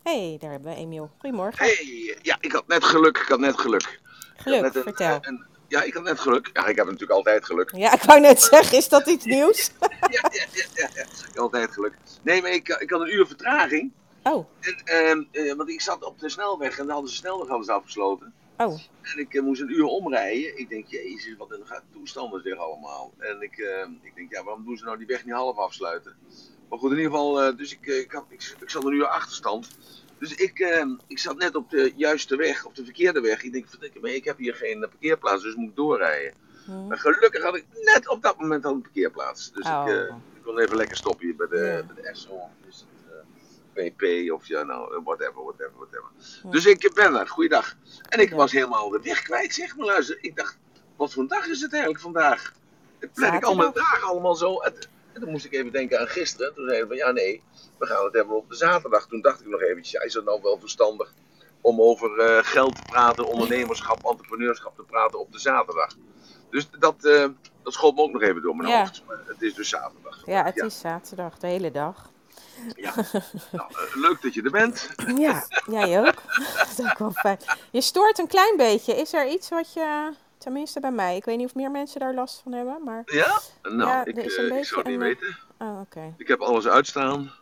Hey, daar hebben we Emiel. Goedemorgen. Hey, ja, ik had net geluk. Ik had Geluk, net vertel. ja, ik had net geluk. Ja, ik heb natuurlijk altijd geluk. Ja, ik wou net Maar, zeggen, is dat iets nieuws? ja, ik heb altijd geluk. Nee, maar ik had een uur vertraging. Oh, Want ik zat op de snelweg en dan hadden ze snelweg afgesloten. oh. En ik moest een uur omrijden. Ik denk, jezus, wat een toestanden zeg allemaal. En ik denk, ja, waarom doen ze nou die weg niet half afsluiten? Maar goed, in ieder geval, dus ik zat een uur achterstand. Dus ik zat net op de juiste weg, op de verkeerde weg. Ik denk, verdikke me, ik heb hier geen parkeerplaats, dus moet ik doorrijden. Hm. Maar gelukkig had ik net op dat moment al een parkeerplaats. Dus Oh, ik kon even lekker stoppen hier bij ja. de Esso. Is het PP of ja, nou, whatever. Hm. Dus ik ben er, goeiedag. En ik was Goeiedag. helemaal de weg kwijt, zeg maar. Luister, ik dacht, wat voor een dag is het eigenlijk vandaag? Het plan ik al mijn Zaterdag. dagen allemaal zo. En toen moest ik even denken aan gisteren. Toen zeiden we van, ja nee, we gaan het hebben op de zaterdag. Toen dacht ik nog eventjes, ja, is het nou wel verstandig om over geld te praten, ondernemerschap, entrepreneurschap te praten op de zaterdag? Dus dat schoot me ook nog even door mijn Ja, hoofd. Maar het is dus zaterdag ja, vandaag, het ja. is zaterdag, de hele dag. Ja, nou, leuk dat je er bent. Ja, jij ook. Dat is ook wel fijn. Je stoort een klein beetje. Is er iets wat je, tenminste bij mij, ik weet niet of meer mensen daar last van hebben, maar Ja? Nou, ja, er is een ik zou beetje het niet een, weten. oh, oké. Ik heb alles uitstaan.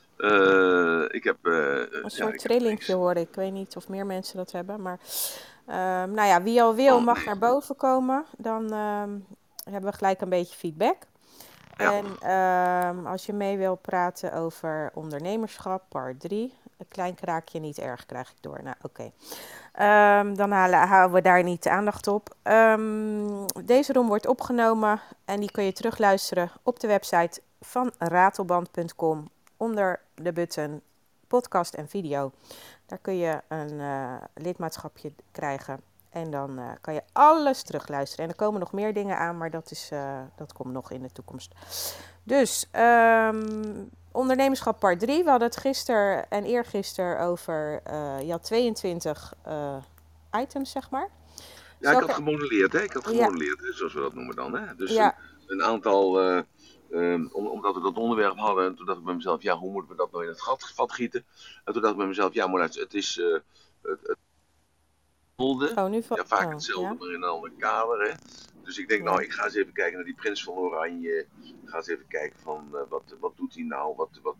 Ik heb, Een ja, soort ik heb trillingje niks. hoorde ik. Ik weet niet of meer mensen dat hebben, maar nou ja, wie al wil Oh, mag nee. naar boven komen. Dan hebben we gelijk een beetje feedback. Ja. En als je mee wil praten over ondernemerschap, part 3. Een klein kraakje niet erg, krijg ik door. Nou, oké. Dan houden we daar niet de aandacht op. Deze room wordt opgenomen en die kun je terugluisteren op de website van ratelband.com onder de button podcast en video. Daar kun je een lidmaatschapje krijgen en dan kan je alles terugluisteren. En er komen nog meer dingen aan, maar dat komt nog in de toekomst. Dus, ondernemerschap part 3. We hadden het gisteren en eergisteren over, je had 22 items, zeg maar. Ja, ik Zal ik had er... gemodelleerd, hè? Ik had Ja, gemodelleerd, hè, zoals we dat noemen dan, hè? Dus ja, een aantal, omdat we dat onderwerp hadden, en toen dacht ik bij mezelf, ja, hoe moeten we dat nou in het vat gieten? En toen dacht ik bij mezelf, ja, maar het is het hetzelfde, oh, ja, vaak oh, hetzelfde, ja, maar in een ander kader, hè? Dus ik denk, nou, ja. ik ga eens even kijken naar die Prins van Oranje. Ik ga eens even kijken van, wat doet hij nou?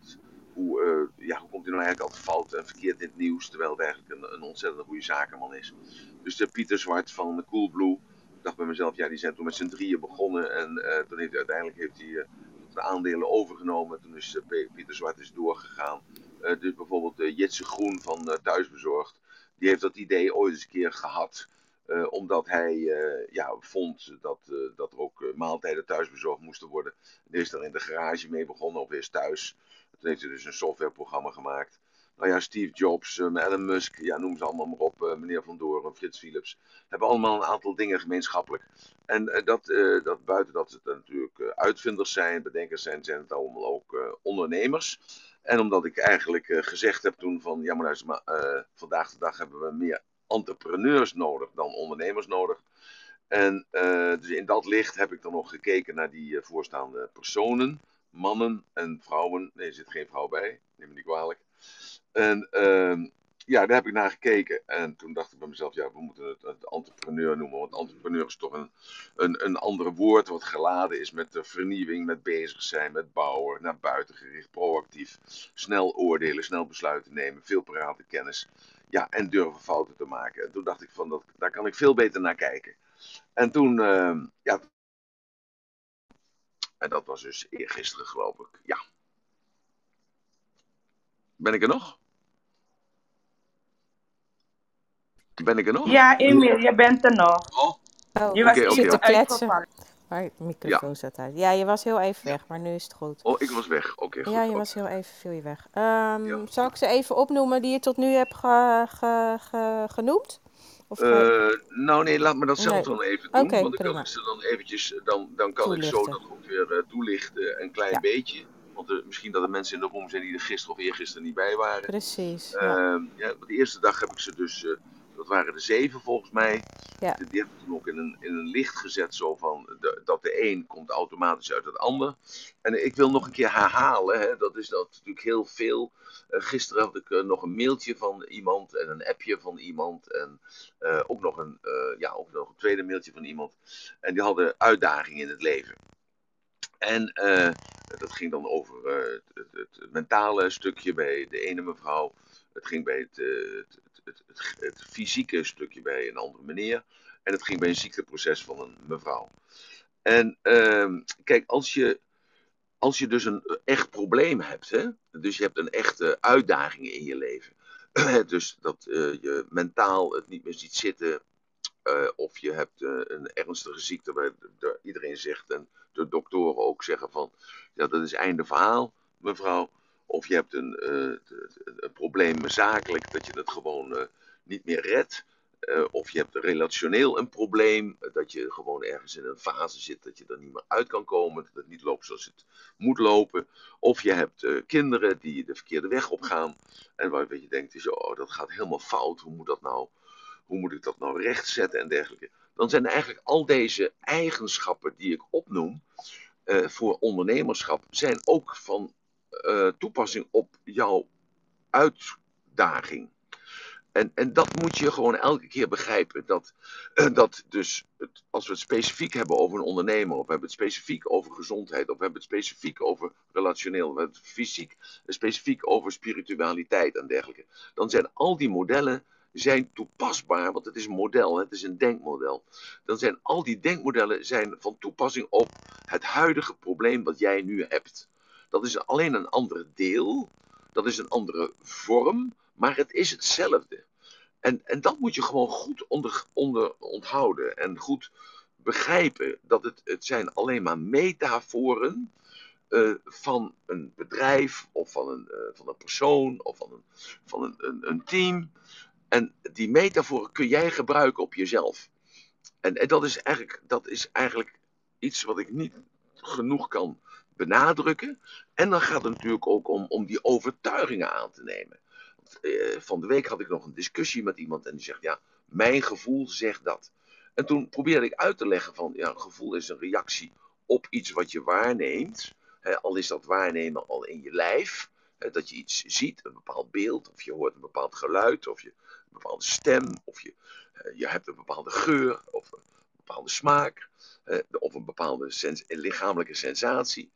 Hoe komt hij nou eigenlijk altijd fout en verkeerd in het nieuws, terwijl het eigenlijk een ontzettend goede zakenman is. Dus de Pieter Zwart van Coolblue. Ik dacht bij mezelf, ja, die zijn toen met z'n drieën begonnen en toen heeft hij uiteindelijk de aandelen overgenomen. Toen is Pieter Zwart is doorgegaan. Dus bijvoorbeeld Jitse Groen van Thuisbezorgd, die heeft dat idee ooit eens een keer gehad. Omdat hij vond dat er ook maaltijden thuis bezorgd moesten worden. Die is er in de garage mee begonnen, of eerst thuis. Toen heeft hij dus een softwareprogramma gemaakt. Nou ja, Steve Jobs, Elon Musk, ja, noem ze allemaal maar op, meneer Van Doren, Frits Philips, hebben allemaal een aantal dingen gemeenschappelijk. En dat buiten dat ze natuurlijk uitvinders zijn, bedenkers zijn het allemaal ook ondernemers. En omdat ik eigenlijk gezegd heb toen van, ja maar luister maar, vandaag de dag hebben we meer entrepreneurs nodig dan ondernemers nodig. En dus in dat licht heb ik dan nog gekeken naar die voorstaande personen, mannen en vrouwen. Nee, er zit geen vrouw bij, neem me niet kwalijk. En ja, daar heb ik naar gekeken. En toen dacht ik bij mezelf, ja, we moeten het entrepreneur noemen. Want entrepreneur is toch een ander woord wat geladen is met de vernieuwing, met bezig zijn, met bouwen, naar buiten gericht, proactief, snel oordelen, snel besluiten nemen, veel parate kennis. Ja, en durven fouten te maken. En toen dacht ik van, daar kan ik veel beter naar kijken. En toen, ja, en dat was dus eergisteren geloof ik. Ja, ben ik er nog? Ben ik er nog? Ja, Emiel, je bent er nog. Oh, Oh, Je ik was zit oké. te even kletsen. uitgevallen. Maar de Ja, microfoon staat uit. Ja, je was heel even ja. weg, maar nu is het goed. Oh, ik was weg. Oké, Ja, goed. je was Oké. heel even, viel je weg. Ja. Zal ik ze even opnoemen die je tot nu hebt genoemd? Of Nou nee, laat me dat zelf nee. dan even doen. Oké, Want ik wil prima. ze dan eventjes, dan kan ik zo Toelichten. dat ook weer toelichten, een klein Ja, beetje. Want misschien dat er mensen in de room zijn die er gisteren of eergisteren niet bij waren. precies. Ja. Ja, de eerste dag heb ik ze dus, dat waren er 7 volgens mij. Ja. Die hebben we toen ook in een licht gezet, zo van dat de een komt automatisch uit het ander. En ik wil nog een keer herhalen, hè, dat is natuurlijk heel veel. Gisteren had ik nog een mailtje van iemand en een appje van iemand en ook nog een tweede mailtje van iemand. En die hadden uitdagingen in het leven. En dat ging dan over het mentale stukje bij de ene mevrouw. Het ging bij het fysieke stukje bij een andere meneer. En het ging bij een ziekteproces van een mevrouw. En kijk, als je dus een echt probleem hebt, hè? Dus je hebt een echte uitdaging in je leven. Dus dat je mentaal het niet meer ziet zitten. Of je hebt een ernstige ziekte waar iedereen zegt en de doktoren ook zeggen van ja, dat is einde verhaal, mevrouw. Of je hebt een probleem zakelijk dat je het gewoon niet meer redt. Of je hebt relationeel een probleem dat je gewoon ergens in een fase zit dat je er niet meer uit kan komen, dat het niet loopt zoals het moet lopen. Of je hebt kinderen die de verkeerde weg op gaan en waar je denkt, dat gaat helemaal fout, hoe moet ik dat nou rechtzetten en dergelijke. Dan zijn eigenlijk al deze eigenschappen die ik opnoem voor ondernemerschap, zijn ook van toepassing op jouw uitdaging. En dat moet je gewoon elke keer begrijpen. Dat dus, als we het specifiek hebben over een ondernemer, of we hebben het specifiek over gezondheid, of we hebben het specifiek over relationeel, of we hebben het fysiek, specifiek over spiritualiteit en dergelijke, dan zijn al die modellen toepasbaar, want het is een model, het is een denkmodel. Dan zijn al die denkmodellen van toepassing op het huidige probleem wat jij nu hebt. Dat is alleen een ander deel, dat is een andere vorm, maar het is hetzelfde. En dat moet je gewoon goed onthouden en goed begrijpen. Dat het zijn alleen maar metaforen van een bedrijf of van een persoon of van een team. En die metaforen kun jij gebruiken op jezelf. En dat is eigenlijk iets wat ik niet genoeg kan benadrukken. En dan gaat het natuurlijk ook om die overtuigingen aan te nemen. Van de week had ik nog een discussie met iemand en die zegt, ja, mijn gevoel zegt dat. En toen probeerde ik uit te leggen van, ja, een gevoel is een reactie op iets wat je waarneemt. Al is dat waarnemen al in je lijf. Dat je iets ziet, een bepaald beeld, of je hoort een bepaald geluid, of je een bepaalde stem, of je hebt een bepaalde geur, of een bepaalde smaak, of een bepaalde lichamelijke sensatie.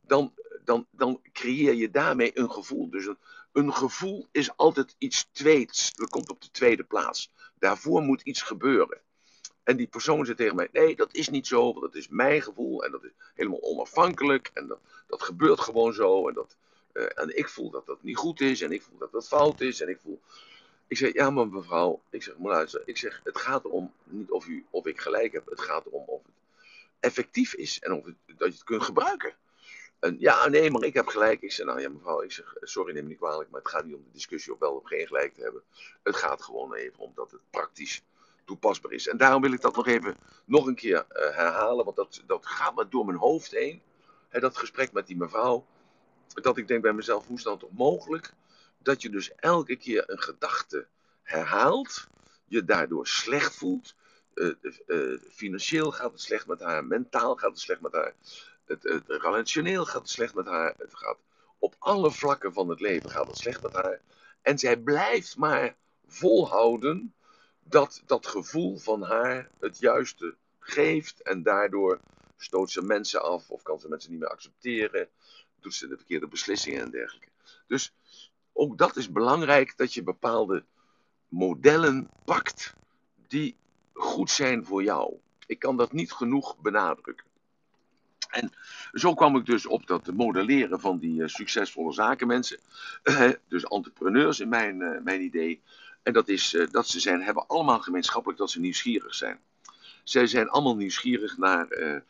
Dan creëer je daarmee een gevoel. Dus een gevoel is altijd iets tweeds. Dat komt op de tweede plaats. Daarvoor moet iets gebeuren. En die persoon zegt tegen mij, nee, dat is niet zo, want dat is mijn gevoel en dat is helemaal onafhankelijk en dat gebeurt gewoon zo en ik voel dat dat niet goed is en ik voel dat dat fout is en ik zeg, ja maar mevrouw, maar luister, het gaat erom niet of ik gelijk heb, het gaat erom of het effectief is en dat je het kunt gebruiken. En ja, nee, maar ik heb gelijk. Ik zeg, nou ja mevrouw, sorry, neem me niet kwalijk, maar het gaat niet om de discussie of wel of geen gelijk te hebben. Het gaat gewoon even om dat het praktisch toepasbaar is. En daarom wil ik dat nog een keer herhalen, want dat gaat maar door mijn hoofd heen. Dat gesprek met die mevrouw, dat ik denk bij mezelf, hoe is dat toch mogelijk? Dat je dus elke keer een gedachte herhaalt, je daardoor slecht voelt. Financieel gaat het slecht met haar, mentaal gaat het slecht met haar. Het relationeel gaat het slecht met haar. Het gaat op alle vlakken van het leven gaat het slecht met haar. En zij blijft maar volhouden dat gevoel van haar het juiste geeft. En daardoor stoot ze mensen af of kan ze mensen niet meer accepteren. Doet ze de verkeerde beslissingen en dergelijke. Dus ook dat is belangrijk, dat je bepaalde modellen pakt die goed zijn voor jou. Ik kan dat niet genoeg benadrukken. En zo kwam ik dus op dat modelleren van die succesvolle zakenmensen. Dus entrepreneurs in mijn idee. En dat is dat ze hebben allemaal gemeenschappelijk dat ze nieuwsgierig zijn. Zij zijn allemaal nieuwsgierig naar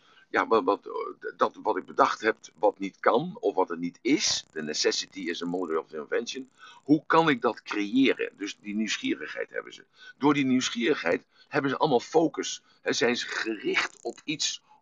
wat ik bedacht heb, wat niet kan of wat het niet is. The necessity is a mother of invention. Hoe kan ik dat creëren? Dus die nieuwsgierigheid hebben ze. Door die nieuwsgierigheid hebben ze allemaal focus. Zijn ze gericht op iets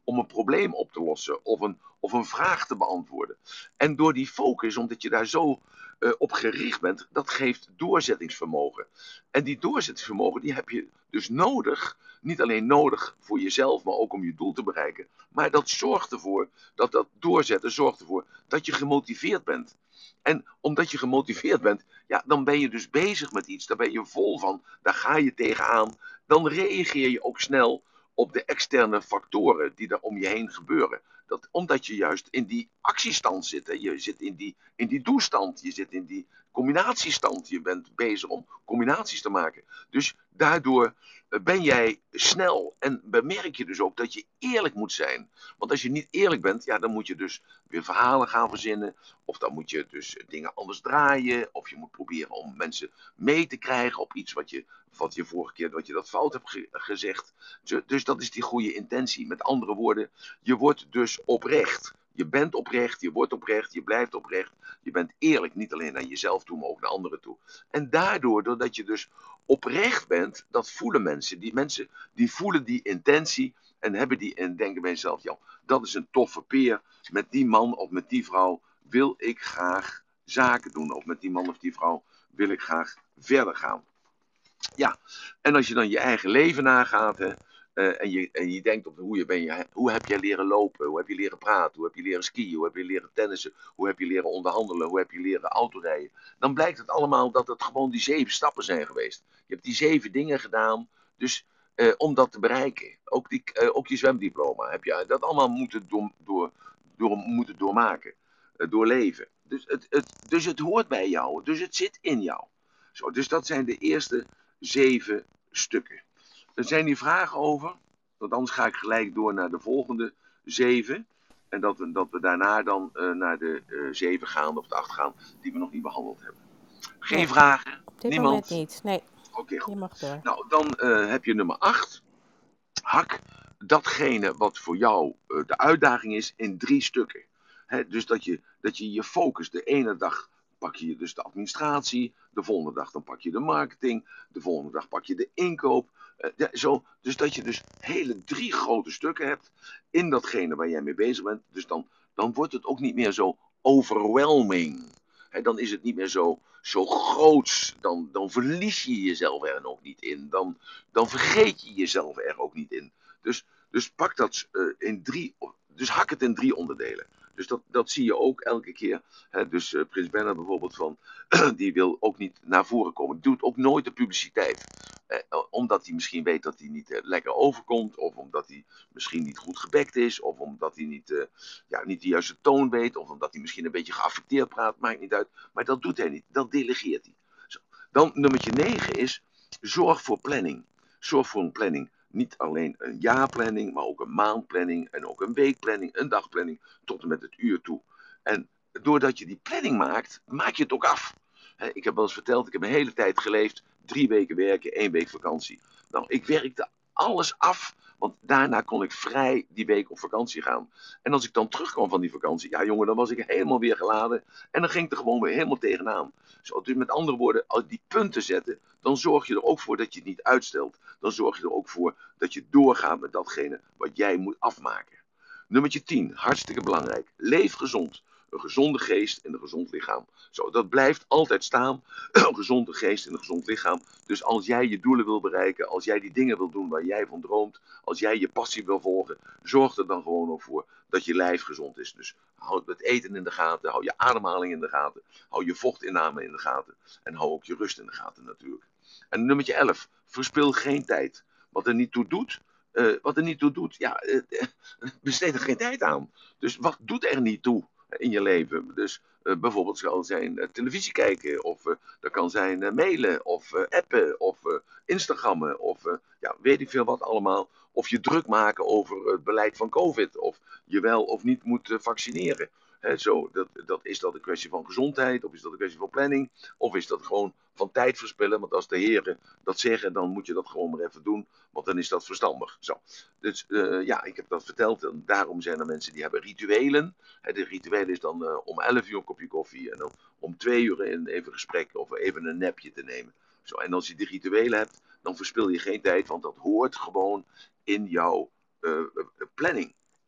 om een probleem op te lossen of een vraag te beantwoorden. En door die focus, omdat je daar zo op gericht bent, dat geeft doorzettingsvermogen. En die doorzettingsvermogen, die heb je dus nodig, niet alleen nodig voor jezelf, maar ook om je doel te bereiken. Maar dat zorgt ervoor, dat doorzetten zorgt ervoor dat je gemotiveerd bent. En omdat je gemotiveerd bent, ja, dan ben je dus bezig met iets, daar ben je vol van, daar ga je tegenaan. Dan reageer je ook snel op de externe factoren die er om je heen gebeuren. Omdat je juist in die actiestand zit. Hè. Je zit in die doestand. Je zit in die combinatiestand. Je bent bezig om combinaties te maken. Dus daardoor ben jij snel. En bemerk je dus ook dat je eerlijk moet zijn. Want als je niet eerlijk bent, ja, dan moet je dus weer verhalen gaan verzinnen. Of dan moet je dus dingen anders draaien. Of je moet proberen om mensen mee te krijgen op iets wat je vorige keer dat je dat fout hebt gezegd. Dus dat is die goede intentie. Met andere woorden, je wordt dus oprecht. Je bent oprecht, je wordt oprecht, je blijft oprecht. Je bent eerlijk, niet alleen naar jezelf toe, maar ook naar anderen toe. En daardoor, doordat je dus oprecht bent, dat voelen mensen. Die mensen die voelen die intentie en hebben die en denken bij zichzelf, ja, dat is een toffe peer. Met die man of met die vrouw wil ik graag zaken doen. Of met die man of die vrouw wil ik graag verder gaan. Ja, en als je dan je eigen leven nagaat, hè, en je denkt op hoe heb jij leren lopen, hoe heb je leren praten, hoe heb je leren skiën, hoe heb je leren tennissen, hoe heb je leren onderhandelen, hoe heb je leren autorijden, dan blijkt het allemaal dat het gewoon die 7 stappen zijn geweest. Je hebt die 7 dingen gedaan, dus om dat te bereiken, ook je zwemdiploma, heb je dat allemaal moeten moeten doormaken, doorleven. Dus het hoort bij jou, dus het zit in jou. Zo, dus dat zijn de eerste 7 stukken. Er zijn hier vragen over, want anders ga ik gelijk door naar de volgende 7. En dat we daarna dan naar de 7 gaan of de 8 gaan die we nog niet behandeld hebben. Geen Nee, vragen? op dit Niemand? moment niet. Nee, Oké, je goed. mag door. Nou, dan heb je nummer 8. Hak datgene wat voor jou de uitdaging is in 3 stukken. Dus dat je focust. De ene dag pak je dus de administratie, de volgende dag dan pak je de marketing, de volgende dag pak je de inkoop. Dus dat je dus hele 3 grote stukken hebt in datgene waar jij mee bezig bent. Dus dan wordt het ook niet meer zo overwhelming. Dan is het niet meer zo groots. Dan verlies je jezelf er ook niet in. Dan vergeet je jezelf er ook niet in. Dus pak dat in 3. Dus hak het in 3 onderdelen. Dus dat zie je ook elke keer. Dus Prins Bernhard bijvoorbeeld die wil ook niet naar voren komen. Doet ook nooit de publiciteit. Omdat hij misschien weet dat hij niet lekker overkomt. Of omdat hij misschien niet goed gebekt is. Of omdat hij niet de juiste toon weet. Of omdat hij misschien een beetje geaffecteerd praat. Maakt niet uit. Maar dat doet hij niet. Dat delegeert hij. Zo. Dan nummertje 9 is zorg voor planning. Zorg voor een planning. Niet alleen een jaarplanning, maar ook een maandplanning en ook een weekplanning, een dagplanning, tot en met het uur toe. En doordat je die planning maakt, maak je het ook af. Ik heb wel eens verteld, ik heb een hele tijd geleefd, 3 weken werken, 1 week vakantie. Nou, ik werkte alles af, want daarna kon ik vrij die week op vakantie gaan. En als ik dan terugkwam van die vakantie, ja jongen, dan was ik helemaal weer geladen en dan ging ik er gewoon weer helemaal tegenaan. Zo, dus met andere woorden, als die punten zetten, dan zorg je er ook voor dat je het niet uitstelt. Dan zorg je er ook voor dat je doorgaat met datgene wat jij moet afmaken. Nummertje 10, hartstikke belangrijk. Leef gezond. Een gezonde geest en een gezond lichaam. Zo, dat blijft altijd staan. Een gezonde geest en een gezond lichaam. Dus als jij je doelen wil bereiken, als jij die dingen wil doen waar jij van droomt, als jij je passie wil volgen, zorg er dan gewoon ook voor dat je lijf gezond is. Dus houd het eten in de gaten, hou je ademhaling in de gaten, hou je vochtinname in de gaten en hou ook je rust in de gaten natuurlijk. En nummertje 11, verspil geen tijd. Wat er niet toe doet, ja, besteed er geen tijd aan. Dus wat doet er niet toe in je leven? Dus bijvoorbeeld kan zijn televisie kijken, of dat kan zijn mailen, of appen, of Instagrammen, of weet ik veel wat allemaal. Of je druk maken over het beleid van COVID, of je wel of niet moet vaccineren. Is dat een kwestie van gezondheid, of is dat een kwestie van planning, of is dat gewoon van tijd verspillen? Want als de heren dat zeggen, dan moet je dat gewoon maar even doen, want dan is dat verstandig. Zo. Dus ik heb dat verteld en daarom zijn er mensen die hebben rituelen. De ritueel is dan om 11 uur een kopje koffie en dan om 2 uur even een gesprek of even een nepje te nemen. Zo, en als je die rituelen hebt, dan verspil je geen tijd, want dat hoort gewoon in jouw planning.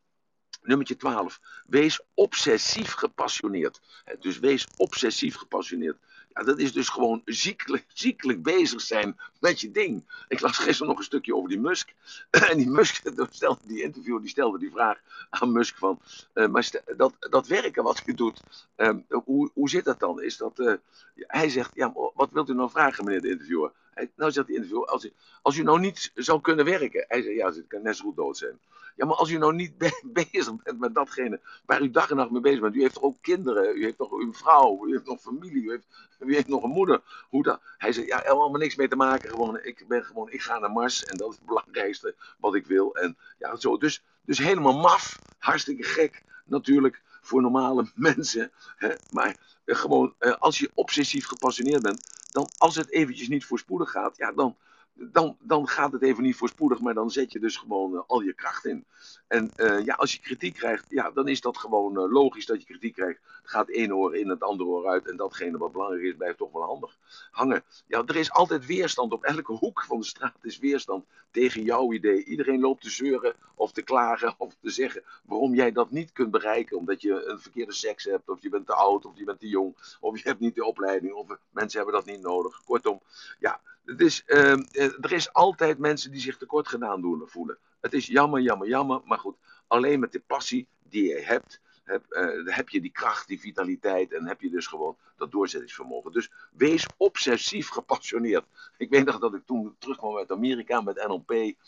Nummertje 12. Wees obsessief gepassioneerd. Dus wees obsessief gepassioneerd. Ja, dat is dus gewoon ziekelijk bezig zijn met je ding. Ik las gisteren nog een stukje over die Musk. En die Musk, die stelde die vraag aan Musk van... maar dat werken wat u doet, hoe zit dat dan? Is dat, hij zegt, ja, wat wilt u nou vragen, meneer de interviewer? Nou zegt de interviewer, als u nou niet zou kunnen werken... Hij zegt, ja, ik kan net zo goed dood zijn. Ja, maar als u nou niet bezig bent met datgene waar u dag en nacht mee bezig bent. U heeft toch ook kinderen, u heeft nog uw vrouw, u heeft nog familie, u heeft nog een moeder. Hoe dat? Hij zei, ja, helemaal niks mee te maken. Ik ga naar Mars en dat is het belangrijkste wat ik wil. En ja, zo. Dus helemaal maf, hartstikke gek natuurlijk voor normale mensen. Hè? Maar gewoon, als je obsessief gepassioneerd bent, dan als het eventjes niet voorspoedig gaat, ja, dan gaat het even niet voorspoedig, maar dan zet je dus gewoon al je kracht in. En ja, als je kritiek krijgt, ja, dan is dat gewoon logisch dat je kritiek krijgt. Het gaat één oor in, het andere oor uit. En datgene wat belangrijk is, blijft toch wel handig hangen. Ja, er is altijd weerstand. Op elke hoek van de straat is weerstand tegen jouw idee. Iedereen loopt te zeuren of te klagen of te zeggen waarom jij dat niet kunt bereiken. Omdat je een verkeerde seks hebt, of je bent te oud, of je bent te jong, of je hebt niet de opleiding, of mensen hebben dat niet nodig. Kortom, ja, er is altijd mensen die zich tekort gedaan voelen. Het is jammer, jammer, jammer. Maar goed, alleen met de passie die je hebt, heb je die kracht, die vitaliteit. En heb je dus gewoon dat doorzettingsvermogen. Dus wees obsessief gepassioneerd. Ik weet nog dat ik toen terugkwam uit Amerika met NLP in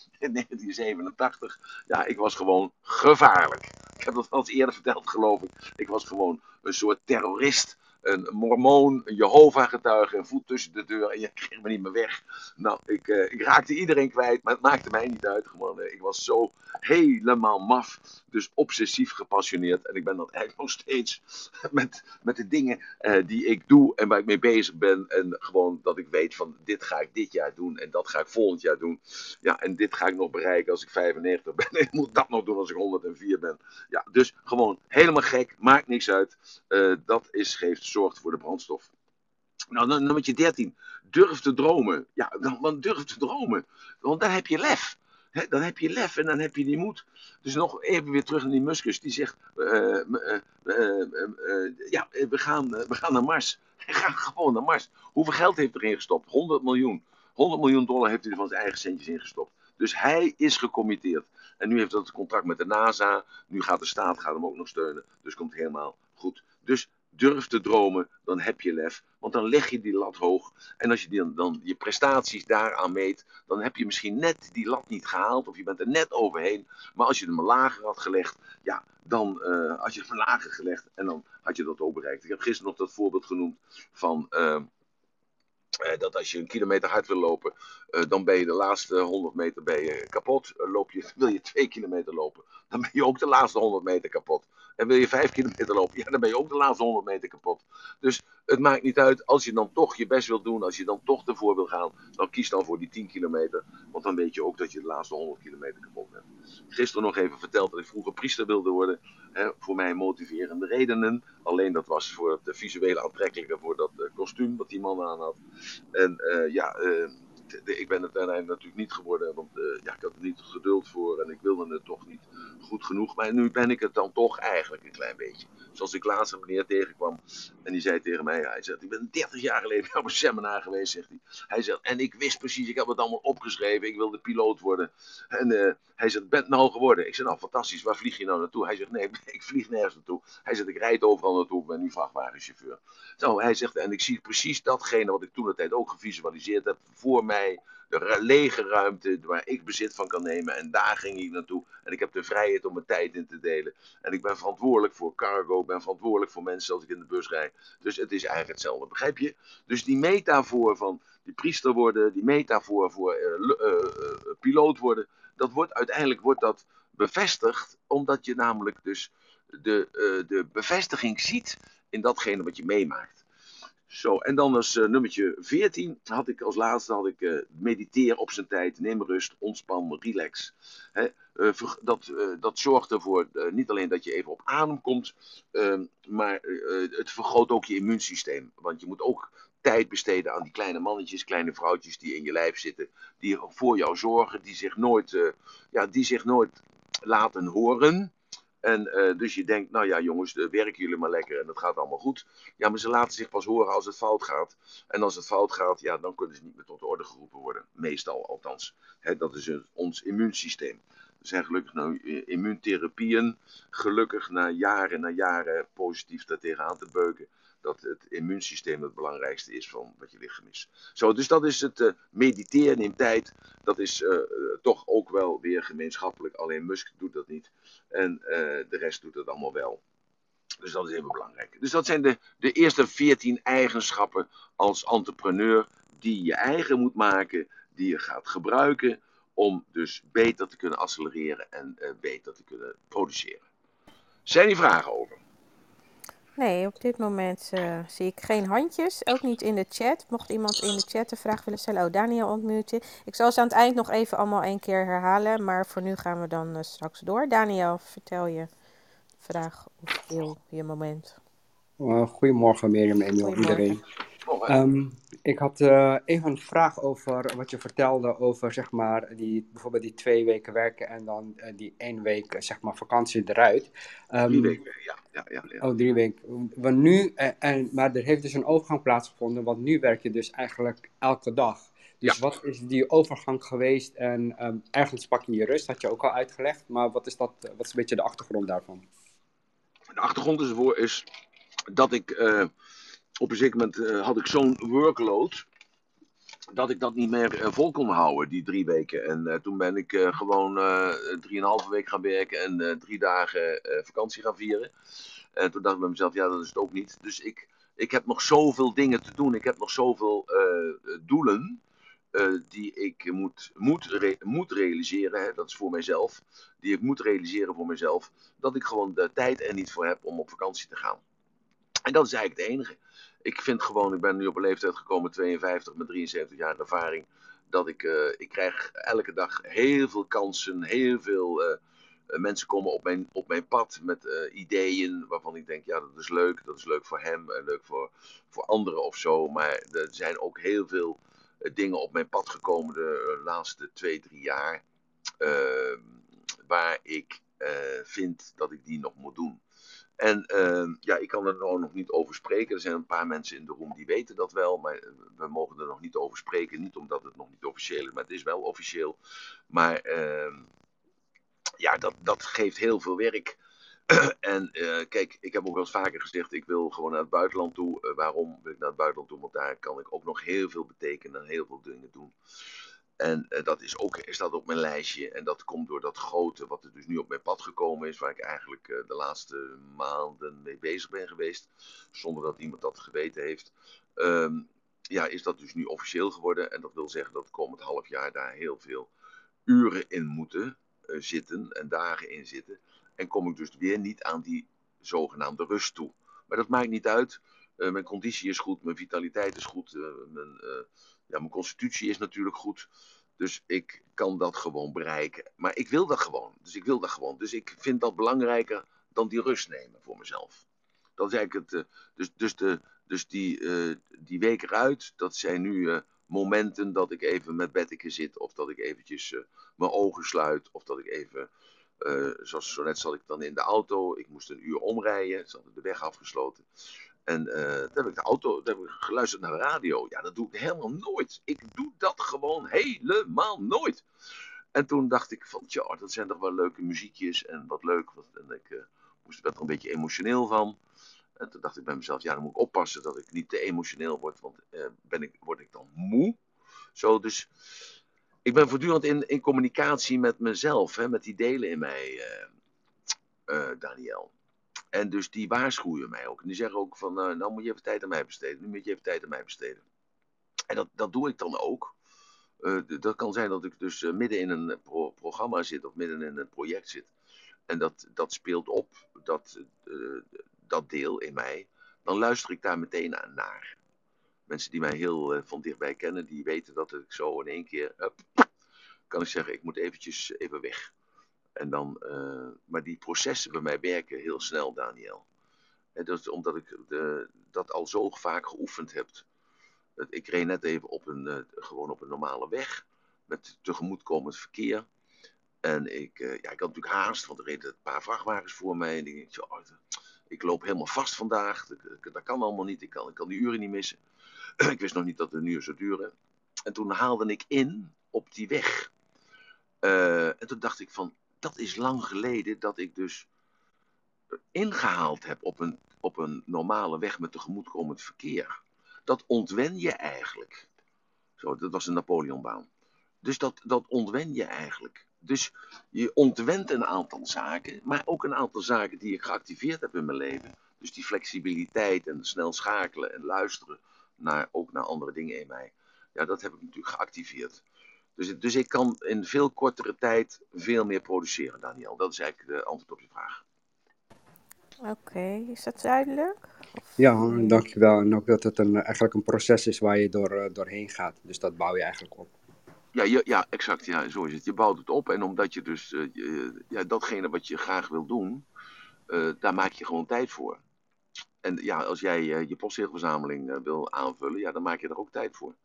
1987. Ja, ik was gewoon gevaarlijk. Ik heb dat al eens eerder verteld, geloof ik. Ik was gewoon een soort terrorist. Een mormoon, een Jehovah-getuige, een voet tussen de deur en je kreeg me niet meer weg. Nou, ik raakte iedereen kwijt, maar het maakte mij niet uit. Gewoon, ik was zo helemaal maf, dus obsessief gepassioneerd. En ik ben dat eigenlijk nog steeds met de dingen die ik doe en waar ik mee bezig ben. En gewoon dat ik weet van dit ga ik dit jaar doen en dat ga ik volgend jaar doen. Ja, en dit ga ik nog bereiken als ik 95 ben. En ik moet dat nog doen als ik 104 ben. Ja, dus gewoon helemaal gek, maakt niks uit. Dat zorgt voor de brandstof. Nou, dan nummertje 13. Durf te dromen. Ja, dan durf te dromen. Want dan heb je lef. Dan heb je lef en dan heb je die moed. Dus nog even weer terug naar die Muskus. Die zegt, ja, we gaan naar Mars. Hij gaat gewoon naar Mars. Hoeveel geld heeft hij erin gestopt? 100 miljoen. 100 miljoen dollar heeft hij er van zijn eigen centjes ingestopt. Dus hij is gecommitteerd. En nu heeft hij het contract met de NASA. Nu gaat de staat hem ook nog steunen. Dus komt helemaal goed. Dus durf te dromen, dan heb je lef. Want dan leg je die lat hoog. En als je dan je prestaties daaraan meet, dan heb je misschien net die lat niet gehaald. Of je bent er net overheen. Maar als je hem lager had gelegd, ja, dan had je hem lager gelegd. En dan had je dat ook bereikt. Ik heb gisteren nog dat voorbeeld genoemd van... dat als je een kilometer hard wil lopen, dan ben je de laatste 100 meter kapot. Wil je 2 kilometer lopen, dan ben je ook de laatste 100 meter kapot. En wil je 5 kilometer lopen, ja, dan ben je ook de laatste 100 meter kapot. Dus het maakt niet uit, als je dan toch je best wilt doen, als je dan toch ervoor wil gaan, dan kies dan voor die 10 kilometer. Want dan weet je ook dat je de laatste 100 kilometer kapot bent. Gisteren nog even verteld dat ik vroeger priester wilde worden. Voor mij motiverende redenen. Alleen dat was voor het visuele aantrekkelijke, voor dat kostuum wat die man aan had. En ik ben het uiteindelijk natuurlijk niet geworden, want ja, ik had er niet geduld voor en ik wilde het toch niet goed genoeg. Maar nu ben ik het dan toch eigenlijk een klein beetje. Zoals ik laatst een meneer tegenkwam en die zei tegen mij, hij zegt, ik ben 30 jaar geleden op een seminar geweest, zegt hij. Hij zegt, en ik wist precies, ik heb het allemaal opgeschreven, ik wilde piloot worden. En hij zegt, ben het nou geworden? Ik zeg, nou fantastisch, waar vlieg je nou naartoe? Hij zegt, nee, ik vlieg nergens naartoe. Hij zegt, ik rijd overal naartoe, ik ben nu vrachtwagenchauffeur. Zo, hij zegt, en ik zie precies datgene wat ik toen de tijd ook gevisualiseerd heb voor mij. De lege ruimte waar ik bezit van kan nemen. En daar ging ik naartoe. En ik heb de vrijheid om mijn tijd in te delen. En ik ben verantwoordelijk voor cargo. Ik ben verantwoordelijk voor mensen als ik in de bus rijd. Dus het is eigenlijk hetzelfde. Begrijp je? Dus die metafoor van die priester worden. Die metafoor voor piloot worden. Uiteindelijk wordt dat bevestigd. Omdat je namelijk dus de bevestiging ziet in datgene wat je meemaakt. Zo, en dan als nummertje 14 had ik als laatste mediteer op zijn tijd, neem rust, ontspan, relax. Dat zorgt ervoor niet alleen dat je even op adem komt, maar het vergroot ook je immuunsysteem. Want je moet ook tijd besteden aan die kleine mannetjes, kleine vrouwtjes die in je lijf zitten, die voor jou zorgen, die zich nooit laten horen. En dus je denkt, nou ja jongens, werken jullie maar lekker en dat gaat allemaal goed. Ja, maar ze laten zich pas horen als het fout gaat. En als het fout gaat, ja, dan kunnen ze niet meer tot de orde geroepen worden. Meestal althans. Dat is ons immuunsysteem. Er zijn gelukkig nou immuuntherapieën. Gelukkig na jaren positief daartegen aan te beuken. Dat het immuunsysteem het belangrijkste is van wat je lichaam is. Zo, dus dat is het mediteren in tijd. Dat is toch ook wel weer gemeenschappelijk. Alleen Musk doet dat niet. En de rest doet het allemaal wel. Dus dat is even belangrijk. Dus dat zijn de eerste 14 eigenschappen als entrepreneur die je eigen moet maken, die je gaat gebruiken om dus beter te kunnen accelereren en beter te kunnen produceren. Zijn die vragen over? Nee, op dit moment zie ik geen handjes, ook niet in de chat. Mocht iemand in de chat de vraag willen stellen, oh, Daniel ontmuten. Ik zal ze aan het eind nog even allemaal 1 keer herhalen, maar voor nu gaan we dan straks door. Daniel, vertel je vraag of deel je moment. Goedemorgen Mirjam en Goedemorgen. iedereen. Ik had even een vraag over wat je vertelde over zeg maar bijvoorbeeld die 2 weken werken en dan die 1 week zeg maar vakantie eruit. 3 weken, ja. Oh, 3 weken. Want nu, maar er heeft dus een overgang plaatsgevonden, want nu werk je dus eigenlijk elke dag. Dus Ja. wat is die overgang geweest en ergens pak je rust, had je ook al uitgelegd, maar wat is een beetje de achtergrond daarvan? De achtergrond is dat ik op een zeker moment had ik zo'n workload dat ik dat niet meer vol kon houden, die 3 weken. En toen ben ik gewoon 3,5 week gaan werken en 3 dagen vakantie gaan vieren. En toen dacht ik bij mezelf, ja, dat is het ook niet. Dus ik heb nog zoveel dingen te doen. Ik heb nog zoveel doelen die ik moet realiseren. Hè, dat is voor mijzelf. Die ik moet realiseren voor mezelf. Dat ik gewoon de tijd er niet voor heb om op vakantie te gaan. En dat is eigenlijk het enige. Ik vind gewoon, ik ben nu op een leeftijd gekomen, 52 met 73 jaar ervaring, dat ik krijg elke dag heel veel kansen, heel veel mensen komen op mijn pad met ideeën waarvan ik denk, ja, dat is leuk voor hem en leuk voor anderen of zo. Maar er zijn ook heel veel dingen op mijn pad gekomen de laatste 2-3 jaar, waar ik vind dat ik die nog moet doen. En ja, ik kan er nou nog niet over spreken. Er zijn een paar mensen in de room die weten dat wel. Maar we mogen er nog niet over spreken. Niet omdat het nog niet officieel is, maar het is wel officieel. Maar ja, dat geeft heel veel werk. En kijk, ik heb ook wel eens vaker gezegd, ik wil gewoon naar het buitenland toe. Waarom wil ik naar het buitenland toe? Want daar kan ik ook nog heel veel betekenen en heel veel dingen doen. En dat staat op mijn lijstje. En dat komt door dat grote, wat er dus nu op mijn pad gekomen is. Waar ik eigenlijk de laatste maanden mee bezig ben geweest. Zonder dat iemand dat geweten heeft. Ja, is dat dus nu officieel geworden. En dat wil zeggen dat komend half jaar daar heel veel uren in moeten zitten. En dagen in zitten. En kom ik dus weer niet aan die zogenaamde rust toe. Maar dat maakt niet uit. Mijn conditie is goed. Mijn vitaliteit is goed. Mijn constitutie is natuurlijk goed. Dus ik kan dat gewoon bereiken. Maar ik wil dat gewoon. Dus ik vind dat belangrijker dan die rust nemen voor mezelf. Dat is eigenlijk het. Dus die week eruit, dat zijn nu momenten dat ik even met Betteke zit. Of dat ik eventjes mijn ogen sluit. Of dat ik even. Zoals zo net zat ik dan in de auto. Ik moest 1 uur omrijden. Ze hadden de weg afgesloten. En toen heb ik geluisterd naar de radio. Ja, dat doe ik helemaal nooit. Ik doe dat gewoon helemaal nooit. En toen dacht ik van, tja, dat zijn toch wel leuke muziekjes en wat leuk. En ik werd er een beetje emotioneel van. En toen dacht ik bij mezelf, ja, dan moet ik oppassen dat ik niet te emotioneel word. Want word ik dan moe? Zo, dus ik ben voortdurend in communicatie met mezelf. Hè, met die delen in mij, Daniel. En dus die waarschuwen mij ook. En die zeggen ook van, nou moet je even tijd aan mij besteden. Nu moet je even tijd aan mij besteden. En dat doe ik dan ook. Dat kan zijn dat ik dus midden in een programma zit of midden in een project zit. En dat speelt op, dat deel in mij. Dan luister ik daar meteen naar. Mensen die mij heel van dichtbij kennen, die weten dat ik zo in één keer, kan ik zeggen, ik moet eventjes even weg. En dan, maar die processen bij mij werken heel snel, Daniel. En dat is omdat ik dat al zo vaak geoefend heb. Ik reed net even gewoon op een normale weg. Met tegemoetkomend verkeer. En ik had natuurlijk haast, want er reden een paar vrachtwagens voor mij. En ik denk, ik loop helemaal vast vandaag. Dat kan allemaal niet. Ik kan die uren niet missen. Ik wist nog niet dat het een uur zou duren. En toen haalde ik in op die weg. En toen dacht ik van, dat is lang geleden dat ik dus ingehaald heb op een normale weg met tegemoetkomend verkeer. Dat ontwen je eigenlijk. Zo, dat was een Napoleonbaan. Dus dat ontwen je eigenlijk. Dus je ontwent een aantal zaken, maar ook een aantal zaken die ik geactiveerd heb in mijn leven. Dus die flexibiliteit en snel schakelen en luisteren ook naar andere dingen in mij. Ja, dat heb ik natuurlijk geactiveerd. Dus ik kan in veel kortere tijd veel meer produceren, Daniel. Dat is eigenlijk de antwoord op je vraag. Oké, is dat duidelijk? Ja, Nee. dankjewel. En ook dat het eigenlijk een proces is waar je doorheen gaat. Dus dat bouw je eigenlijk op. Ja, exact. Ja, zo is het. Je bouwt het op en omdat je dus datgene wat je graag wil doen, daar maak je gewoon tijd voor. En ja, als jij je postzegelverzameling wil aanvullen, ja, dan maak je er ook tijd voor.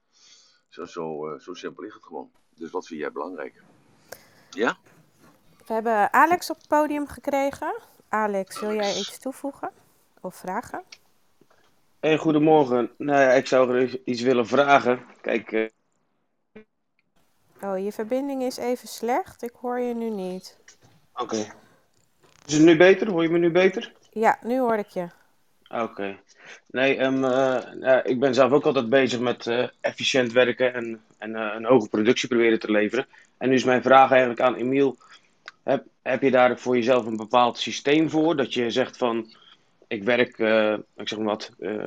Zo simpel is het gewoon. Dus wat vind jij belangrijk? Ja? We hebben Alex op het podium gekregen. Alex, wil jij iets toevoegen of vragen? Hey, goedemorgen. Nou ja, ik zou er iets willen vragen. Kijk, Oh, je verbinding is even slecht. Ik hoor je nu niet. oké. Is het nu beter? Hoor je me nu beter? Ja, nu hoor ik je. Oké. Nee, ik ben zelf ook altijd bezig met efficiënt werken en een hoge productie proberen te leveren. En nu is mijn vraag eigenlijk aan Emiel. Heb je daar voor jezelf een bepaald systeem voor? Dat je zegt van, ik werk, ik zeg maar wat,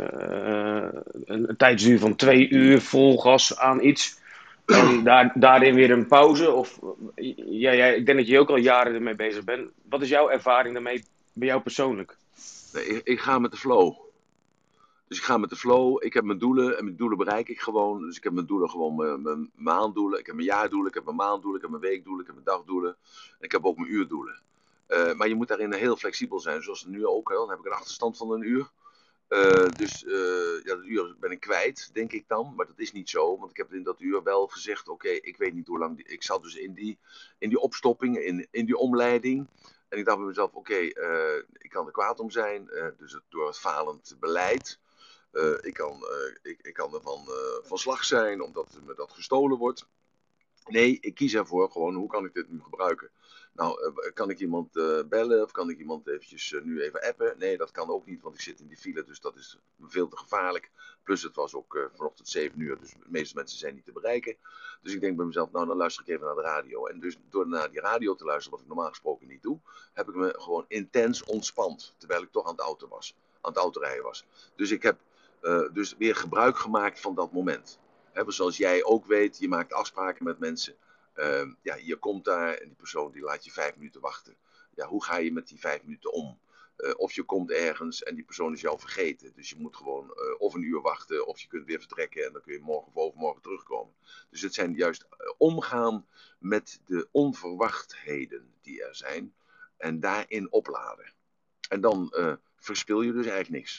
een tijdsduur van 2 uur vol gas aan iets. En daarin weer een pauze? Of, ik denk dat je ook al jaren ermee bezig bent. Wat is jouw ervaring daarmee bij jou persoonlijk? Nee, ik ga met de flow. Dus ik ga met de flow. Ik heb mijn doelen en mijn doelen bereik ik gewoon. Dus ik heb mijn doelen gewoon mijn maanddoelen. Ik heb mijn jaardoelen, ik heb mijn maanddoelen, ik heb mijn weekdoelen, ik heb mijn dagdoelen. En ik heb ook mijn uurdoelen. Maar je moet daarin heel flexibel zijn, zoals nu ook. Hè. Dan heb ik een achterstand van een uur. Dat uur ben ik kwijt, denk ik dan. Maar dat is niet zo, want ik heb in dat uur wel gezegd, oké, ik weet niet hoe lang. Ik zat dus in die opstopping, in die omleiding. En ik dacht bij mezelf, oké, ik kan er kwaad om zijn. Dus door het falend beleid. Ik kan er van slag zijn, omdat me dat gestolen wordt. Nee, ik kies ervoor gewoon, hoe kan ik dit nu gebruiken? Nou, kan ik iemand bellen of kan ik iemand eventjes nu even appen? Nee, dat kan ook niet, want ik zit in die file, dus dat is veel te gevaarlijk. Plus het was ook vanochtend 7 uur, dus de meeste mensen zijn niet te bereiken. Dus ik denk bij mezelf, nou dan luister ik even naar de radio. En dus door naar die radio te luisteren, wat ik normaal gesproken niet doe, heb ik me gewoon intens ontspand. Terwijl ik toch aan het autorijden was. Dus ik heb dus weer gebruik gemaakt van dat moment. Zoals jij ook weet, je maakt afspraken met mensen. Je komt daar en die persoon die laat je 5 minuten wachten. Ja, hoe ga je met die 5 minuten om? Of je komt ergens en die persoon is jou vergeten. Dus je moet gewoon of een uur wachten of je kunt weer vertrekken en dan kun je morgen of overmorgen terugkomen. Dus het zijn juist omgaan met de onverwachtheden die er zijn en daarin opladen. En dan verspil je dus eigenlijk niks.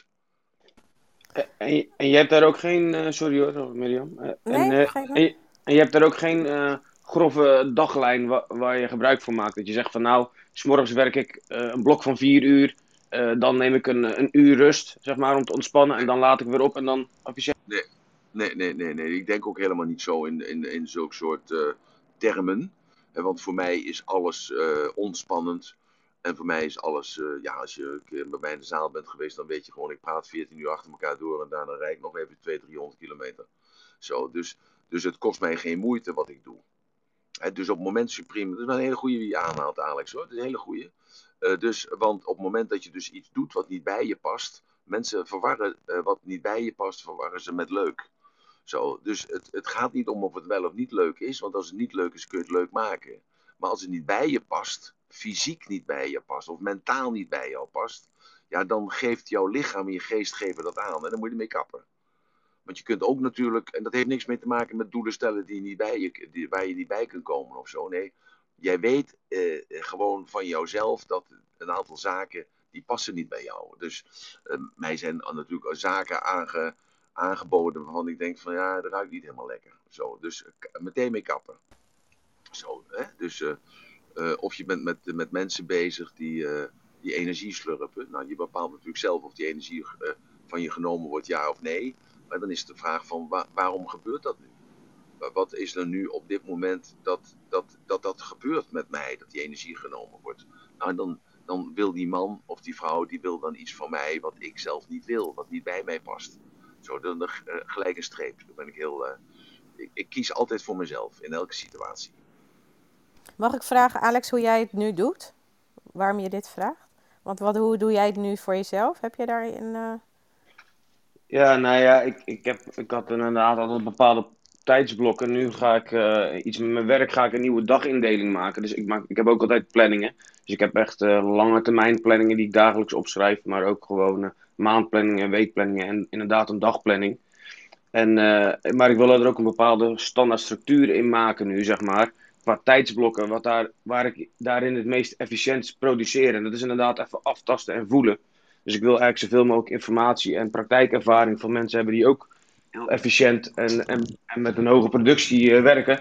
En je hebt daar ook geen, sorry hoor, Mirjam. Nee, geen En je hebt daar ook geen grove daglijn waar je gebruik van maakt. Dat je zegt van nou, 's morgens werk ik een blok van 4 uur. Dan neem ik een uur rust, zeg maar, om te ontspannen. En dan laat ik weer op en dan officieel. Nee. Ik denk ook helemaal niet zo in zulke soort termen. Want voor mij is alles ontspannend. En voor mij is alles, als je een keer bij mij in de zaal bent geweest, dan weet je gewoon, ik praat 14 uur achter elkaar door en daarna rijd ik nog even 200-300 kilometer. Zo, dus het kost mij geen moeite wat ik doe. Dus op het moment supreme, dat is wel een hele goede die je aanhaalt, Alex hoor. Dat is een hele goede. Want op het moment dat je dus iets doet wat niet bij je past, mensen verwarren wat niet bij je past, verwarren ze met leuk. Zo, dus het gaat niet om of het wel of niet leuk is, want als het niet leuk is kun je het leuk maken. Maar als het niet bij je past, fysiek niet bij je past of mentaal niet bij jou past, ja, dan geeft jouw lichaam en je geest geven dat aan en dan moet je ermee kappen. Want je kunt ook natuurlijk, en dat heeft niks mee te maken met doelen stellen waar je niet bij kunt komen of zo. Nee, jij weet gewoon van jouzelf dat een aantal zaken, die passen niet bij jou. Dus mij zijn natuurlijk zaken aangeboden waarvan ik denk van ja, dat ruikt niet helemaal lekker. Zo, dus meteen mee kappen. Zo, hè? Dus Of je bent met mensen bezig die energie slurpen. Nou, je bepaalt natuurlijk zelf of die energie van je genomen wordt, ja of nee. Maar dan is de vraag van waarom gebeurt dat nu? Wat is er nu op dit moment dat gebeurt met mij, dat die energie genomen wordt? Nou, dan wil die man of die vrouw, die wil dan iets van mij wat ik zelf niet wil, wat niet bij mij past. Zo, dan gelijk een streep. Dan ben ik ik kies altijd voor mezelf, in elke situatie. Mag ik vragen, Alex, hoe jij het nu doet? Waarom je dit vraagt? Want hoe doe jij het nu voor jezelf? Heb je daarin... Ja, nou ja, ik had inderdaad altijd bepaalde tijdsblokken. Nu ga ik iets met mijn werk, ga ik een nieuwe dagindeling maken. Dus ik heb ook altijd planningen. Dus ik heb echt lange termijn planningen die ik dagelijks opschrijf. Maar ook gewoon maandplanningen, weekplanningen en inderdaad een dagplanning. Maar ik wil er ook een bepaalde standaard structuur in maken nu, zeg maar. Qua tijdsblokken, waar ik daarin het meest efficiënt produceer. En dat is inderdaad even aftasten en voelen. Dus ik wil eigenlijk zoveel mogelijk informatie en praktijkervaring van mensen hebben die ook heel efficiënt en met een hoge productie werken.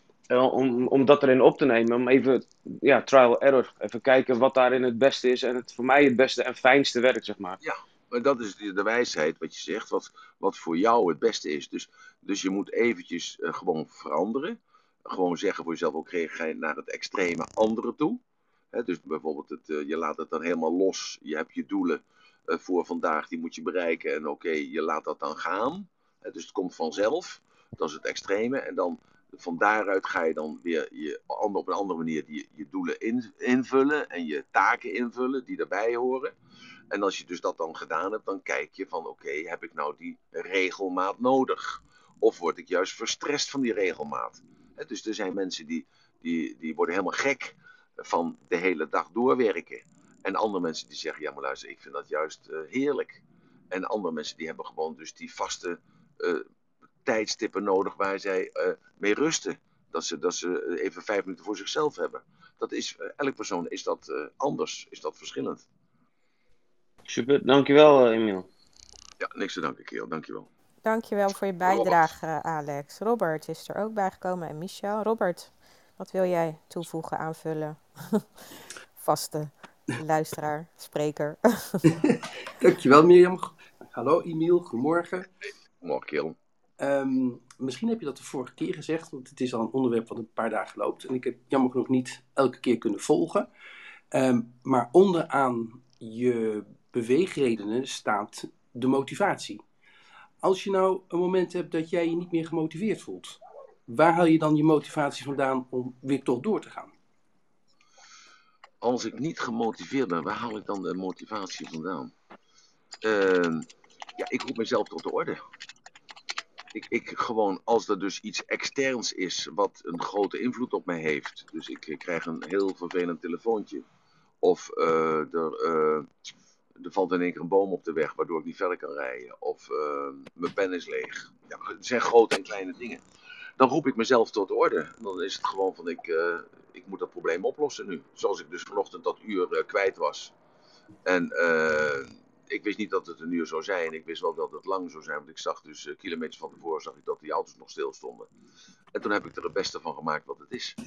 Om dat erin op te nemen. Om even, ja, trial error. Even kijken wat daarin het beste is. En het voor mij het beste en fijnste werk, zeg maar. Ja, maar dat is de wijsheid wat je zegt, wat voor jou het beste is. Dus je moet eventjes gewoon veranderen. Gewoon zeggen voor jezelf, oké, ga je naar het extreme andere toe. Dus bijvoorbeeld, je laat het dan helemaal los. Je hebt je doelen voor vandaag, die moet je bereiken. En oké, je laat dat dan gaan. Dus het komt vanzelf. Dat is het extreme. En dan van daaruit ga je dan weer op een andere manier je doelen invullen. En je taken invullen die daarbij horen. En als je dus dat dan gedaan hebt, dan kijk je van oké, heb ik nou die regelmaat nodig? Of word ik juist verstrest van die regelmaat? Dus er zijn mensen die worden helemaal gek van de hele dag doorwerken. En andere mensen die zeggen, ja maar luister, ik vind dat juist heerlijk. En andere mensen die hebben gewoon dus die vaste tijdstippen nodig waar zij mee rusten. Dat ze even 5 minuten voor zichzelf hebben. Dat is, elk persoon is dat anders, is dat verschillend. Super, dankjewel Emiel. Ja, niks te danken, kerel. Dankjewel. Dankjewel voor je bijdrage, Alex. Robert is er ook bijgekomen en Michel. Robert, wat wil jij toevoegen, aanvullen? Vaste luisteraar, spreker. Dankjewel, Mirjam. Hallo, Emiel. Goedemorgen. Morgen, kerel. Misschien heb je dat de vorige keer gezegd, want het is al een onderwerp wat een paar dagen loopt. En ik heb jammer genoeg niet elke keer kunnen volgen. Maar onderaan je beweegredenen staat de motivatie. Als je nou een moment hebt dat jij je niet meer gemotiveerd voelt, waar haal je dan je motivatie vandaan om weer toch door te gaan? Als ik niet gemotiveerd ben, waar haal ik dan de motivatie vandaan? Ja, ik roep mezelf tot de orde. Ik gewoon, als er dus iets externs is wat een grote invloed op mij heeft. Dus ik krijg een heel vervelend telefoontje. Of er valt in één keer een boom op de weg waardoor ik niet verder kan rijden. Of mijn pen is leeg. Ja, het zijn grote en kleine dingen. Dan roep ik mezelf tot de orde. Dan is het gewoon van ik moet dat probleem oplossen nu. Zoals ik dus vanochtend dat uur kwijt was. En ik wist niet dat het een uur zou zijn. Ik wist wel dat het lang zou zijn. Want ik zag dus kilometers van tevoren zag ik dat die auto's nog stil stonden. En toen heb ik er het beste van gemaakt wat het is.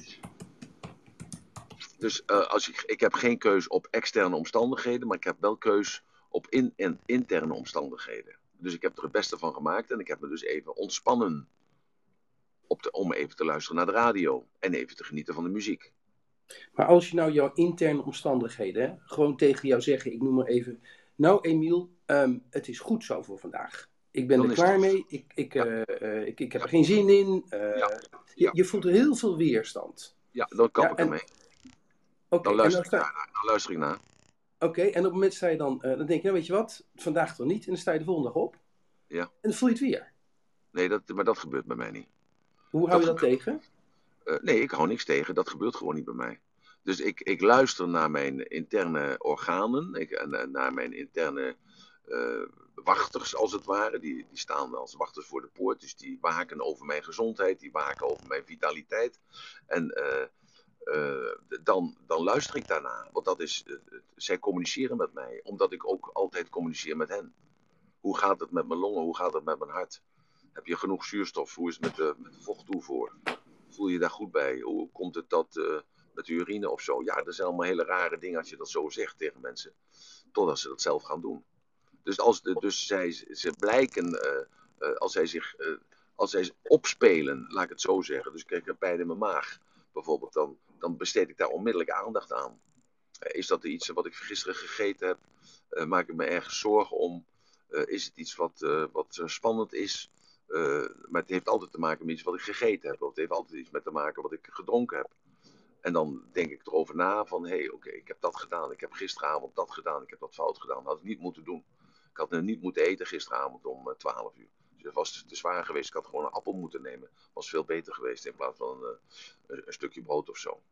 Dus ik heb geen keus op externe omstandigheden. Maar ik heb wel keus op interne omstandigheden. Dus ik heb er het beste van gemaakt. En ik heb me dus even ontspannen. Om even te luisteren naar de radio. En even te genieten van de muziek. Maar als je nou jouw interne omstandigheden gewoon tegen jou zeggen, ik noem maar even, nou Emiel, het is goed zo voor vandaag. Ik ben Dan er is klaar het. mee, ik heb er geen zin in. Je voelt heel veel weerstand. Ja, dan kap ik ermee. Dan luister ik naar. Oké, en op het moment sta je dan denk je, nou weet je wat, vandaag toch niet, en dan sta je de volgende dag op. Ja. En dan voel je het weer. Nee, maar dat gebeurt bij mij niet. Hoe hou je dat tegen? Nee, ik hou niks tegen. Dat gebeurt gewoon niet bij mij. Dus ik luister naar mijn interne organen. En naar mijn interne wachters, als het ware. Die staan als wachters voor de poort. Dus die waken over mijn gezondheid. Die waken over mijn vitaliteit. En dan luister ik daarna. Want dat is, zij communiceren met mij. Omdat ik ook altijd communiceer met hen. Hoe gaat het met mijn longen? Hoe gaat het met mijn hart? Heb je genoeg zuurstof? Hoe is het met de vochttoevoer? Voel je daar goed bij? Hoe komt het met de urine of zo. Ja, dat zijn allemaal hele rare dingen als je dat zo zegt tegen mensen. Totdat ze dat zelf gaan doen. Dus ze blijken, als zij opspelen, laat ik het zo zeggen. Dus ik krijg pijn in mijn maag bijvoorbeeld, dan besteed ik daar onmiddellijk aandacht aan. Is dat iets wat ik gisteren gegeten heb? Maak ik me ergens zorgen om? Is het iets wat spannend is? Maar het heeft altijd te maken met iets wat ik gegeten heb. Of het heeft altijd iets met te maken wat ik gedronken heb. En dan denk ik erover na van, oké, ik heb dat gedaan. Ik heb gisteravond dat gedaan. Ik heb dat fout gedaan. Dat had ik niet moeten doen. Ik had niet moeten eten gisteravond om 12 uur. Dus dat was te zwaar geweest. Ik had gewoon een appel moeten nemen. Was veel beter geweest in plaats van een stukje brood of zo.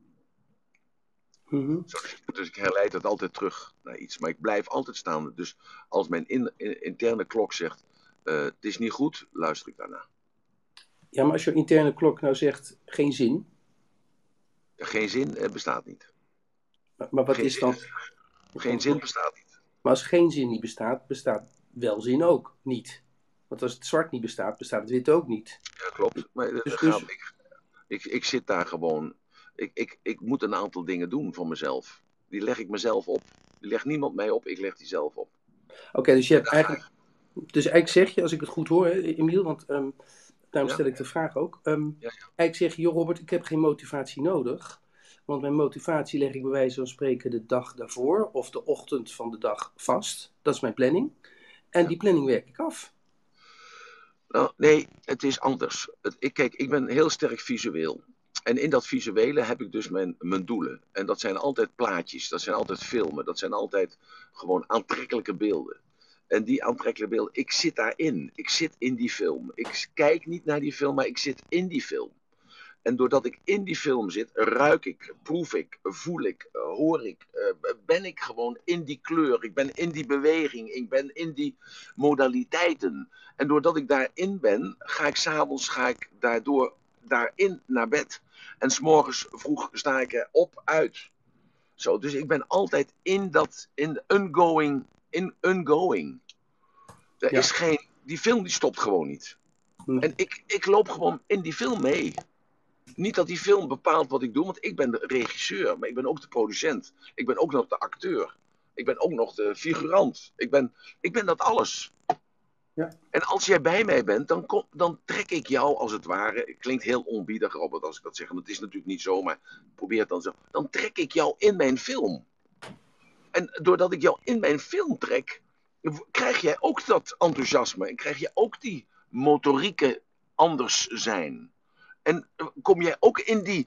Dus ik herleid het altijd terug naar iets. Maar ik blijf altijd staan. Dus als mijn interne klok zegt, het is niet goed, luister ik daarna. Ja, maar als je interne klok nou zegt, geen zin. Geen zin bestaat niet. Maar wat is dan... Geen zin bestaat niet. Maar als geen zin niet bestaat, bestaat wel zin ook niet. Want als het zwart niet bestaat, bestaat het wit ook niet. Ja, klopt. Maar ik zit daar gewoon... Ik moet een aantal dingen doen voor mezelf. Die leg ik mezelf op. Die legt niemand mij op, ik leg die zelf op. Oké, dus je hebt eigenlijk... Dus eigenlijk zeg je, als ik het goed hoor, Emiel, want daarom stel ik de vraag ook. Eigenlijk zeg je, joh Robert, ik heb geen motivatie nodig. Want mijn motivatie leg ik bij wijze van spreken de dag daarvoor of de ochtend van de dag vast. Dat is mijn planning. En die planning werk ik af. Nou, nee, het is anders. Kijk, ik ben heel sterk visueel. En in dat visuele heb ik dus mijn doelen. En dat zijn altijd plaatjes, dat zijn altijd filmen, dat zijn altijd gewoon aantrekkelijke beelden. En die aantrekkelijke beelden, ik zit daarin. Ik zit in die film. Ik kijk niet naar die film, maar ik zit in die film. En doordat ik in die film zit, ruik ik, proef ik, voel ik, hoor ik, ben ik gewoon in die kleur. Ik ben in die beweging, ik ben in die modaliteiten. En doordat ik daarin ben, ga ik s'avonds daarin naar bed. En 's morgens vroeg sta ik erop uit. Zo, dus ik ben altijd in ongoing. Er is die film die stopt gewoon niet. En ik loop gewoon in die film mee. Niet dat die film bepaalt wat ik doe, want ik ben de regisseur, maar ik ben ook de producent. Ik ben ook nog de acteur. Ik ben ook nog de figurant. Ik ben dat alles. Ja. En als jij bij mij bent, dan trek ik jou als het ware. Het klinkt heel onbiedig, Robert, als ik dat zeg. Want het is natuurlijk niet zo, maar probeer het dan zo. Dan trek ik jou in mijn film. En doordat ik jou in mijn film trek, krijg jij ook dat enthousiasme. En krijg je ook die motorieke anders zijn. En kom jij ook in die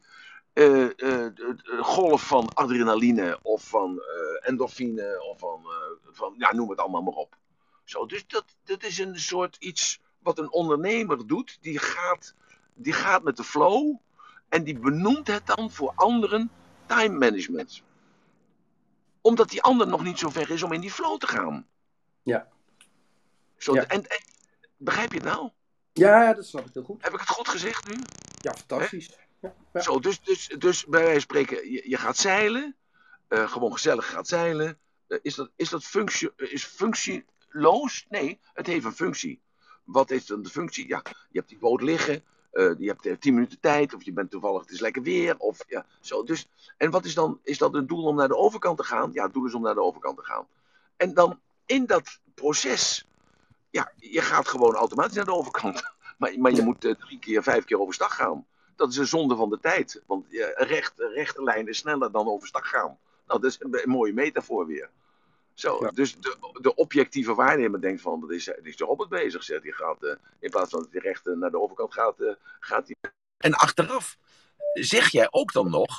golf van adrenaline of van endorfine of van noem het allemaal maar op. Zo, dus dat is een soort iets wat een ondernemer doet. Die gaat met de flow en die benoemt het dan voor anderen time management. Omdat die ander nog niet zo ver is om in die flow te gaan. Ja. Zo, Ja. En begrijp je het nou? Ja, dat snap ik heel goed. Heb ik het goed gezegd nu? Ja, fantastisch. Ja. Zo, dus bij wijze van spreken, je gaat zeilen. Gewoon gezellig gaat zeilen. Is dat functieloos? Nee, het heeft een functie. Wat is dan de functie? Ja, je hebt die boot liggen. Je hebt 10 minuten tijd. Of je bent toevallig, het is lekker weer. Of, ja, zo, dus, en wat is dan? Is dat het doel om naar de overkant te gaan? Ja, het doel is om naar de overkant te gaan. En dan in dat proces, ja, je gaat gewoon automatisch naar de overkant. Maar je moet 3 keer, 5 keer overstag gaan. Dat is een zonde van de tijd. Want rechte lijn is sneller dan overstag gaan. Nou, dat is een mooie metafoor weer. Zo, Ja. Dus de objectieve waarnemer denkt van, dat is toch op het bezig. Zegt. Die gaat, in plaats van dat hij recht naar de overkant gaat hij... En achteraf zeg jij ook dan nog,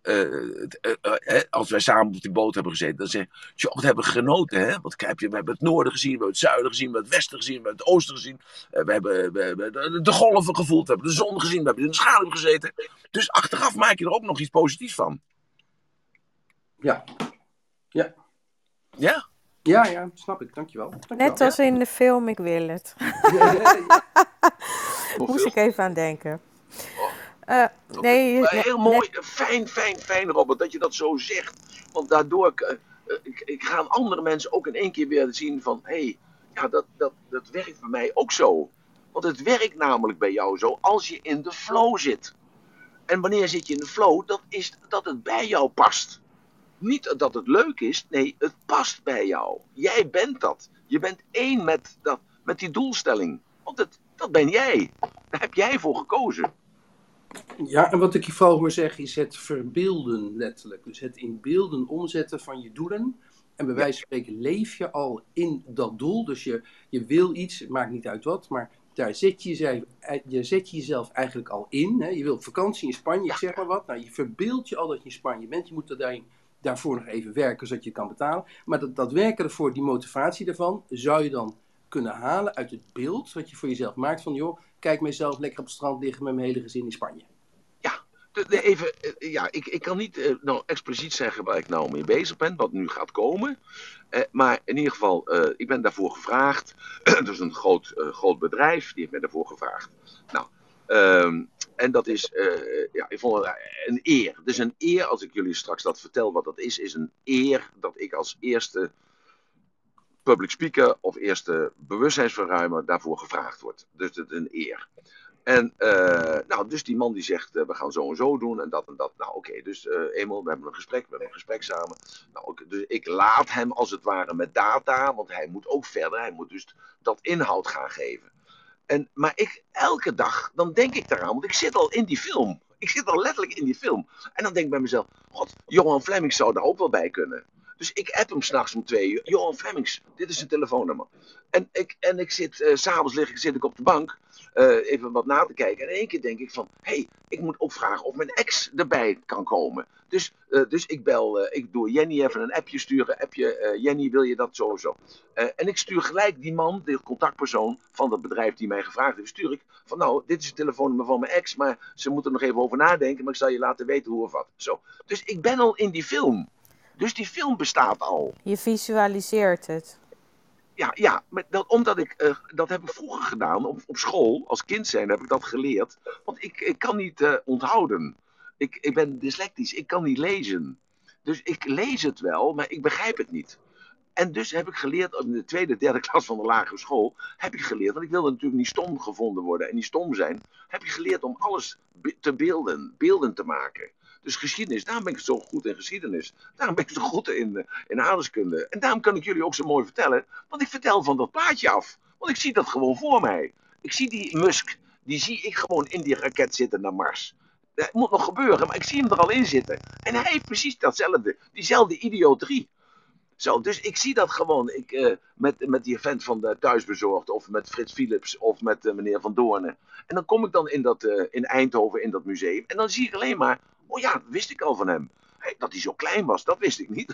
als wij samen op die boot hebben gezeten, dan zeg je, wat hebben we genoten, hè? We hebben het noorden gezien, we hebben het zuiden gezien, we hebben het westen gezien, we hebben het oosten gezien. We hebben de golven gevoeld, we hebben de zon gezien, we hebben in de schaduw gezeten. Dus achteraf maak je er ook nog iets positiefs van. Ja. Ja. Ja? Ja, snap ik. Dankjewel. Net als in de film Ik Wil Het. Moest ik even aan denken. Nee, heel mooi, fijn Robert, dat je dat zo zegt. Want daardoor gaan andere mensen ook in één keer weer zien van, dat werkt bij mij ook zo. Want het werkt namelijk bij jou zo als je in de flow zit. En wanneer zit je in de flow? Dat is dat het bij jou past. Niet dat het leuk is, nee, het past bij jou. Jij bent dat. Je bent één met die doelstelling. Want dat ben jij. Daar heb jij voor gekozen. Ja, en wat ik je vooral hoor zeggen is het verbeelden letterlijk. Dus het in beelden omzetten van je doelen. En bij wijze van spreken leef je al in dat doel. Dus je wil iets, het maakt niet uit wat, maar daar zet je jezelf eigenlijk al in. Hè. Je wil op vakantie in Spanje, ik zeg maar wat. Nou, je verbeeldt je al dat je in Spanje bent. Je moet daarvoor nog even werken, zodat je het kan betalen. Maar dat werken ervoor, die motivatie daarvan, zou je dan kunnen halen uit het beeld wat je voor jezelf maakt. Van joh, kijk mijzelf lekker op het strand liggen met mijn hele gezin in Spanje. Ik kan niet nou expliciet zeggen waar ik nou mee bezig ben, wat nu gaat komen. Maar in ieder geval, ik ben daarvoor gevraagd. Dus een groot bedrijf, die heeft mij daarvoor gevraagd. Nou, en dat is, ik vond het een eer. Dus een eer, als ik jullie straks dat vertel wat dat is een eer dat ik als eerste public speaker of eerste bewustzijnsverruimer daarvoor gevraagd word. Dus het is een eer. En dus die man die zegt, we gaan zo en zo doen en dat en dat. Nou oké, dus eenmaal, we hebben een gesprek samen. Nou, dus ik laat hem als het ware met data, want hij moet ook verder. Hij moet dus dat inhoud gaan geven. Maar elke dag, dan denk ik daaraan, want ik zit al in die film. Ik zit al letterlijk in die film. En dan denk ik bij mezelf, god, Johan Flemmings zou daar ook wel bij kunnen. Dus ik app hem s'nachts om 2 uur. Johan Flemmings, dit is zijn telefoonnummer. En ik zit, s'avonds zit ik op de bank, even wat na te kijken. En in één keer denk ik van, ik moet opvragen of mijn ex erbij kan komen. Dus ik doe Jenny even een appje sturen. Jenny, wil je dat sowieso? En ik stuur gelijk die man, de contactpersoon van dat bedrijf die mij gevraagd heeft, stuur ik van nou, dit is het telefoonnummer van mijn ex, maar ze moeten er nog even over nadenken, maar ik zal je laten weten hoe of wat. Zo. Dus ik ben al in die film. Dus die film bestaat al. Je visualiseert het. Ja, omdat dat heb ik vroeger gedaan op school. Als kind zijn heb ik dat geleerd. Want ik kan niet onthouden. Ik ben dyslectisch, ik kan niet lezen. Dus ik lees het wel, maar ik begrijp het niet. En dus heb ik geleerd, in de tweede, derde klas van de lagere school, heb ik geleerd, want ik wilde natuurlijk niet stom gevonden worden en niet stom zijn, heb ik geleerd om alles te beelden te maken. Dus geschiedenis, daarom ben ik zo goed in geschiedenis. Daarom ben ik zo goed in aardrijkskunde. En daarom kan ik jullie ook zo mooi vertellen, want ik vertel van dat plaatje af. Want ik zie dat gewoon voor mij. Ik zie die Musk, die zie ik gewoon in die raket zitten naar Mars. Dat moet nog gebeuren, maar ik zie hem er al in zitten. En hij heeft precies datzelfde, diezelfde idioterie. Zo, dus ik zie dat gewoon met die vent van de Thuisbezorgd of met Frits Philips of met meneer Van Doornen. En dan kom ik dan in Eindhoven in dat museum en dan zie ik alleen maar, oh ja, dat wist ik al van hem. Dat hij zo klein was, dat wist ik niet.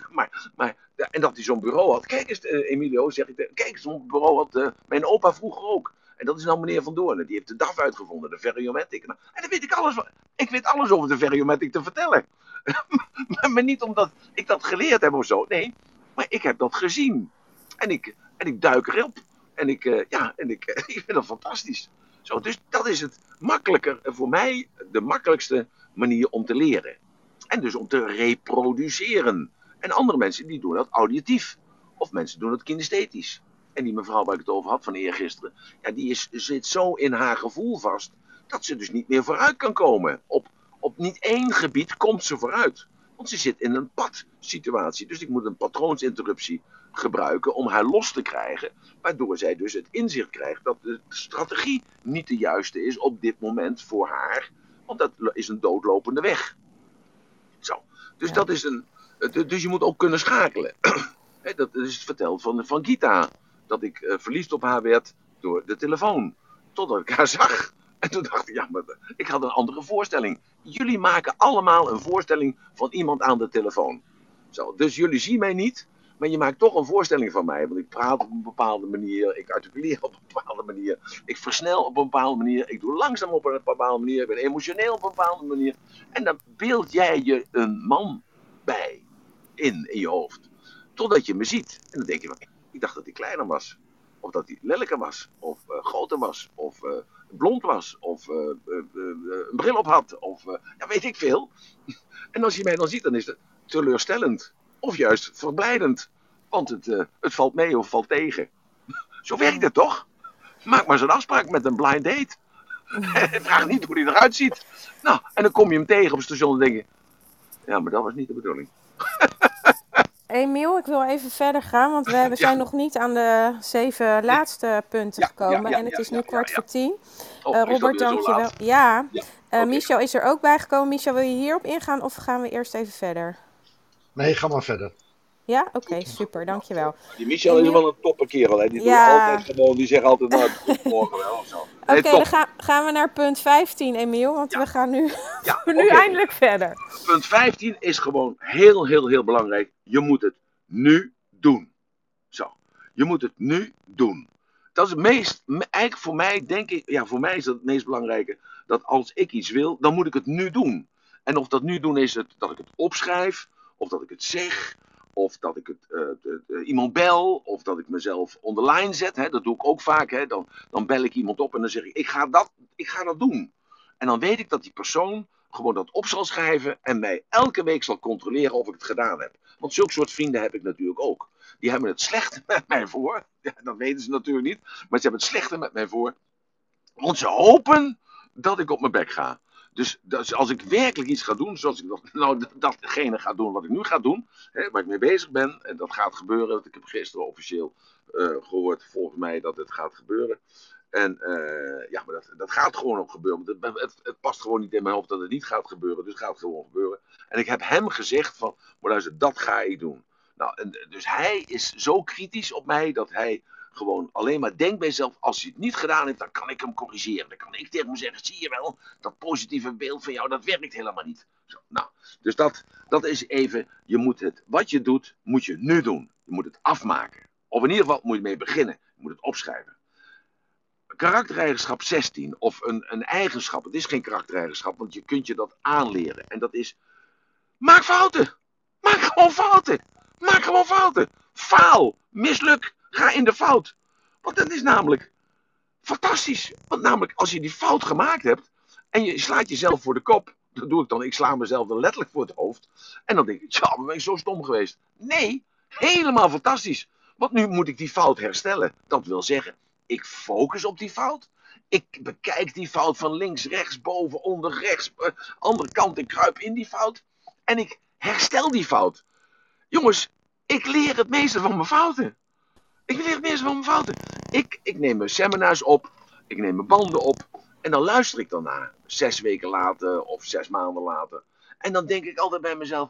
En dat hij zo'n bureau had. Kijk eens, Emilio, zeg ik, kijk eens, zo'n bureau had mijn opa vroeger ook. En dat is nou meneer Van Doornen, die heeft de DAF uitgevonden, de Variomatic. Nou, en dan weet ik alles van. Ik weet alles over de Variomatic te vertellen. Maar niet omdat ik dat geleerd heb of zo, nee. Maar ik heb dat gezien. En ik duik erop. En ik vind dat fantastisch. Zo, dus dat is het makkelijker, voor mij de makkelijkste manier om te leren. En dus om te reproduceren. En andere mensen die doen dat auditief. Of mensen doen het kinesthetisch. En die mevrouw waar ik het over had van eergisteren. Ja, die zit zo in haar gevoel vast. Dat ze dus niet meer vooruit kan komen. Op niet één gebied komt ze vooruit. Want ze zit in een padsituatie. Dus ik moet een patroonsinterruptie gebruiken om haar los te krijgen. Waardoor zij dus het inzicht krijgt dat de strategie niet de juiste is op dit moment voor haar. Want dat is een doodlopende weg. Zo. Dus dat is dus je moet ook kunnen schakelen. Dat is het verteld van Gita. Dat ik verliefd op haar werd door de telefoon. Totdat ik haar zag. En toen dacht ik, ja, maar ik had een andere voorstelling. Jullie maken allemaal een voorstelling van iemand aan de telefoon. Zo, dus jullie zien mij niet, maar je maakt toch een voorstelling van mij. Want ik praat op een bepaalde manier, ik articuleer op een bepaalde manier, ik versnel op een bepaalde manier, ik doe langzaam op een bepaalde manier, ik ben emotioneel op een bepaalde manier. En dan beeld jij je een man bij in je hoofd. Totdat je me ziet. En dan denk je, ik dacht dat hij kleiner was. Of dat hij lelijker was. Of groter was. Of blond was. Of een bril op had. Of weet ik veel. En als je mij dan ziet, dan is het teleurstellend. Of juist verblijdend. Want het valt mee of valt tegen. Zo werkt het toch? Maak maar zo'n afspraak met een blind date. Vraag niet hoe die eruit ziet. Nou, en dan kom je hem tegen op het station en denk je, ja, maar dat was niet de bedoeling. Emiel, ik wil even verder gaan, want we zijn nog niet aan de 7 laatste punten gekomen. En het is nu 9:15. Robert, dank je wel. Ja, Michel is er ook bij gekomen. Michel, wil je hierop ingaan of gaan we eerst even verder? Nee, ga maar verder. Ja? Oké, super, dankjewel. Die Michel is wel een topperkerel, hè. Die doet altijd gewoon, die zegt altijd, nou, morgen wel of zo. Oké, dan gaan we naar punt 15, Emiel, want we gaan nu, eindelijk verder. Punt 15 is gewoon heel, heel, heel belangrijk. Je moet het nu doen. Zo, je moet het nu doen. Dat is het meest, eigenlijk voor mij denk ik, ja, voor mij is dat het meest belangrijke, dat als ik iets wil, dan moet ik het nu doen. En of dat nu doen is het dat ik het opschrijf, of dat ik het zeg, of dat ik iemand bel, of dat ik mezelf online zet. Hè, dat doe ik ook vaak. Hè, dan bel ik iemand op en dan zeg ik ga dat doen. En dan weet ik dat die persoan gewoon dat op zal schrijven en mij elke week zal controleren of ik het gedaan heb. Want zulke soort vrienden heb ik natuurlijk ook. Die hebben het slechte met mij voor. Ja, dat weten ze natuurlijk niet. Maar ze hebben het slechte met mij voor. Want ze hopen dat ik op mijn bek ga. Dus als ik werkelijk iets ga doen, zoals ik datgene ga doen wat ik nu ga doen, hè, waar ik mee bezig ben, en dat gaat gebeuren. Ik heb gisteren officieel gehoord, volgens mij, dat het gaat gebeuren. En ja, maar dat gaat gewoon ook gebeuren. Het past gewoon niet in mijn hoofd dat het niet gaat gebeuren. Dus het gaat gewoon gebeuren. En ik heb hem gezegd van, maar luister, dat ga ik doen. Nou, dus hij is zo kritisch op mij dat hij gewoon alleen maar denkt bij zichzelf, als hij het niet gedaan heeft, dan kan ik hem corrigeren. Dan kan ik tegen hem zeggen, zie je wel, dat positieve beeld van jou, dat werkt helemaal niet. Zo, nou, dus dat is even, wat je doet, moet je nu doen. Je moet het afmaken. Of in ieder geval moet je mee beginnen. Je moet het opschrijven. Karaktereigenschap 16, of een eigenschap, het is geen karaktereigenschap, want je kunt je dat aanleren. En dat is, maak fouten. Maak gewoon fouten. Maak gewoon fouten. Faal. Misluk. Ga in de fout. Want dat is namelijk fantastisch. Want namelijk, als je die fout gemaakt hebt en je slaat jezelf voor de kop, dat doe ik dan, ik sla mezelf dan letterlijk voor het hoofd. En dan denk ik, tja, ben ik zo stom geweest. Nee, helemaal fantastisch. Want nu moet ik die fout herstellen. Dat wil zeggen, ik focus op die fout. Ik bekijk die fout van links, rechts, boven, onder, rechts, andere kant. Ik kruip in die fout. En ik herstel die fout. Jongens, ik leer het meeste van mijn fouten. Ik neem mijn seminars op. Ik neem mijn banden op. En dan luister ik daarna. 6 weken later of 6 maanden later. En dan denk ik altijd bij mezelf,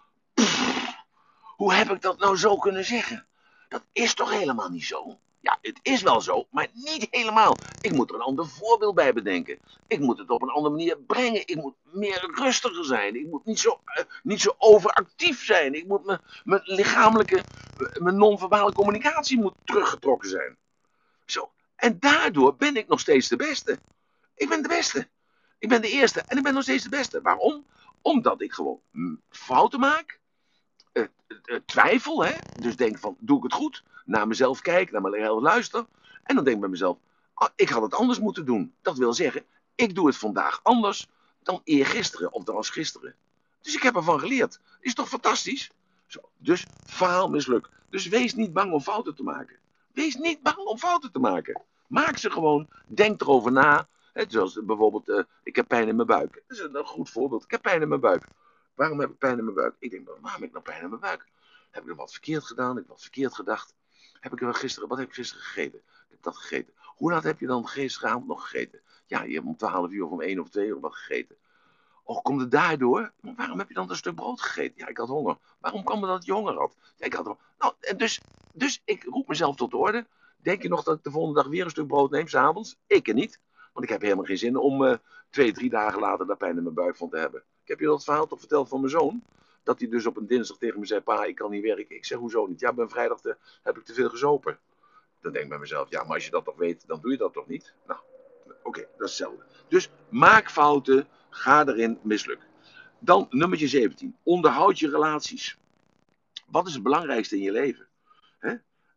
hoe heb ik dat nou zo kunnen zeggen? Dat is toch helemaal niet zo? Ja, het is wel zo, maar niet helemaal. Ik moet er een ander voorbeeld bij bedenken. Ik moet het op een andere manier brengen. Ik moet meer rustiger zijn. Ik moet niet zo overactief zijn. Ik moet mijn lichamelijke, mijn non-verbale communicatie moet teruggetrokken zijn. Zo. En daardoor ben ik nog steeds de beste. Ik ben de beste. Ik ben de eerste en ik ben nog steeds de beste. Waarom? Omdat ik gewoon fouten maak. Twijfel, hè? Dus denk van, doe ik het goed? Naar mezelf kijk, naar mezelf luister. En dan denk ik bij mezelf, ik had het anders moeten doen. Dat wil zeggen, ik doe het vandaag anders dan eergisteren of dan als gisteren. Dus ik heb ervan geleerd. Is toch fantastisch? Zo, dus faal mislukt. Dus wees niet bang om fouten te maken. Wees niet bang om fouten te maken. Maak ze gewoon. Denk erover na. Zoals bijvoorbeeld, ik heb pijn in mijn buik. Dat is een goed voorbeeld. Ik heb pijn in mijn buik. Waarom heb ik pijn in mijn buik? Ik denk, waarom heb ik nou pijn in mijn buik? Heb ik er wat verkeerd gedaan? Heb ik wat verkeerd gedacht? Wat heb ik gisteren gegeten? Ik heb dat gegeten. Hoe laat heb je dan gisteravond nog gegeten? Ja, je hebt om 12 uur of om 1 of 2 uur wat gegeten. Oh, komt het daardoor? Maar waarom heb je dan een stuk brood gegeten? Ja, ik had honger. Waarom kwam het dat je honger had? Ja, ik had honger. Nou, dus ik roep mezelf tot de orde. Denk je nog dat ik de volgende dag weer een stuk brood neem, 's avonds? Ik er niet. Want ik heb helemaal geen zin om 2, 3 dagen later daar pijn in mijn buik van te hebben. Ik heb je dat verhaal toch verteld van mijn zoon? Dat hij dus op een dinsdag tegen me zei, pa, ik kan niet werken. Ik zeg, hoezo niet? Ja, ben vrijdag heb ik te veel gezopen. Dan denk ik bij mezelf, ja, maar als je dat toch weet, dan doe je dat toch niet? Nou, oké, dat is hetzelfde. Dus maak fouten, ga erin, misluk. Dan nummertje 17. Onderhoud je relaties. Wat is het belangrijkste in je leven? Hè?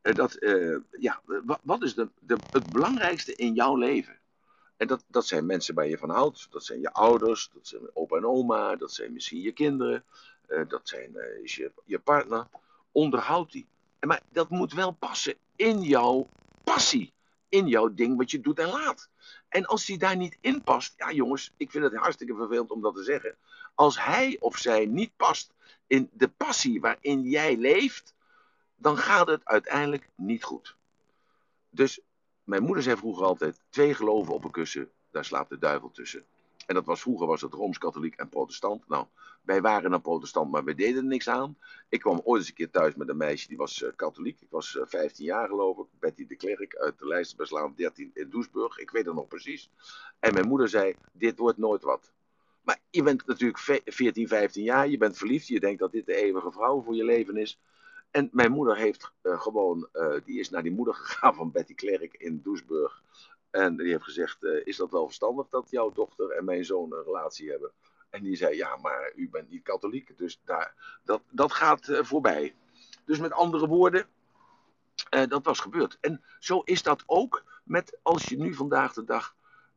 Wat is het belangrijkste in jouw leven? En dat zijn mensen waar je van houdt. Dat zijn je ouders, dat zijn opa en oma, dat zijn misschien je kinderen, dat zijn je partner. Onderhoud die. Maar dat moet wel passen in jouw passie. In jouw ding wat je doet en laat. En als hij daar niet in past, ja jongens, ik vind het hartstikke vervelend om dat te zeggen. Als hij of zij niet past in de passie waarin jij leeft, dan gaat het uiteindelijk niet goed. Dus mijn moeder zei vroeger altijd, 2 geloven op een kussen, daar slaapt de duivel tussen. En vroeger was het Rooms-Katholiek en protestant. Nou, wij waren een protestant, maar we deden er niks aan. Ik kwam ooit eens een keer thuis met een meisje, die was katholiek. Ik was 15 jaar geloof ik, Betty de Klerk uit de Leidsterberslaan 13 in Doesburg. Ik weet het nog precies. En mijn moeder zei, dit wordt nooit wat. Maar je bent natuurlijk 14, 15 jaar, je bent verliefd. Je denkt dat dit de eeuwige vrouw voor je leven is. En mijn moeder heeft die is naar die moeder gegaan van Betty Klerk in Doesburg. En die heeft gezegd, is dat wel verstandig dat jouw dochter en mijn zoon een relatie hebben? En die zei, ja, maar u bent niet katholiek, dus dat gaat voorbij. Dus met andere woorden, dat was gebeurd. En zo is dat ook als je nu vandaag de dag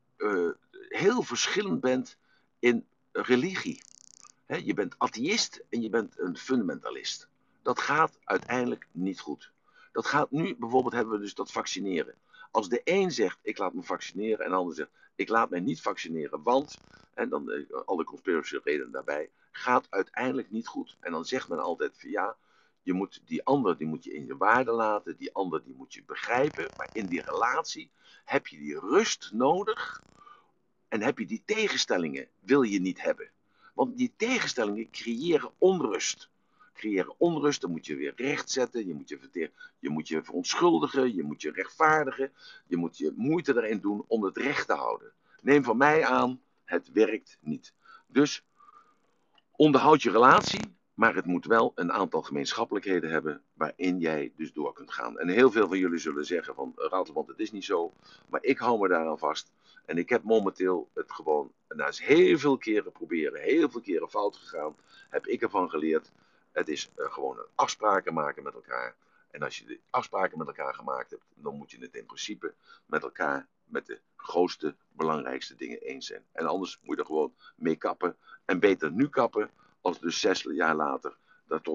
heel verschillend bent in religie. Je bent atheïst en je bent een fundamentalist. Dat gaat uiteindelijk niet goed. Dat gaat nu, bijvoorbeeld hebben we dus dat vaccineren. Als de een zegt, ik laat me vaccineren, en de ander zegt, ik laat mij niet vaccineren, want, en dan alle conspiracy redenen daarbij, gaat uiteindelijk niet goed. En dan zegt men altijd van ja, die ander die moet je in je waarde laten, die ander die moet je begrijpen, maar in die relatie heb je die rust nodig en heb je die tegenstellingen, wil je niet hebben. Want die tegenstellingen creëren onrust. Dan moet je weer rechtzetten, je moet je verontschuldigen, je moet je rechtvaardigen, je moet je moeite erin doen om het recht te houden. Neem van mij aan, het werkt niet. Dus onderhoud je relatie, maar het moet wel een aantal gemeenschappelijkheden hebben waarin jij dus door kunt gaan. En heel veel van jullie zullen zeggen van Ratelband, het is niet zo, maar ik hou me daaraan vast. En ik heb momenteel het gewoon, na eens heel veel keren proberen, heel veel keren fout gegaan, heb ik ervan geleerd. Het is gewoon een afspraken maken met elkaar. En als je de afspraken met elkaar gemaakt hebt, dan moet je het in principe met elkaar met de grootste, belangrijkste dingen eens zijn. En anders moet je er gewoon mee kappen. En beter nu kappen, als dus 6 jaar later tot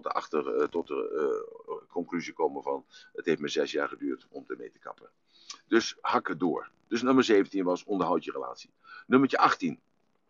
de conclusie komen van het heeft me 6 jaar geduurd om ermee te kappen. Dus hakken door. Dus nummer 17 was onderhoud je relatie. Nummertje 18.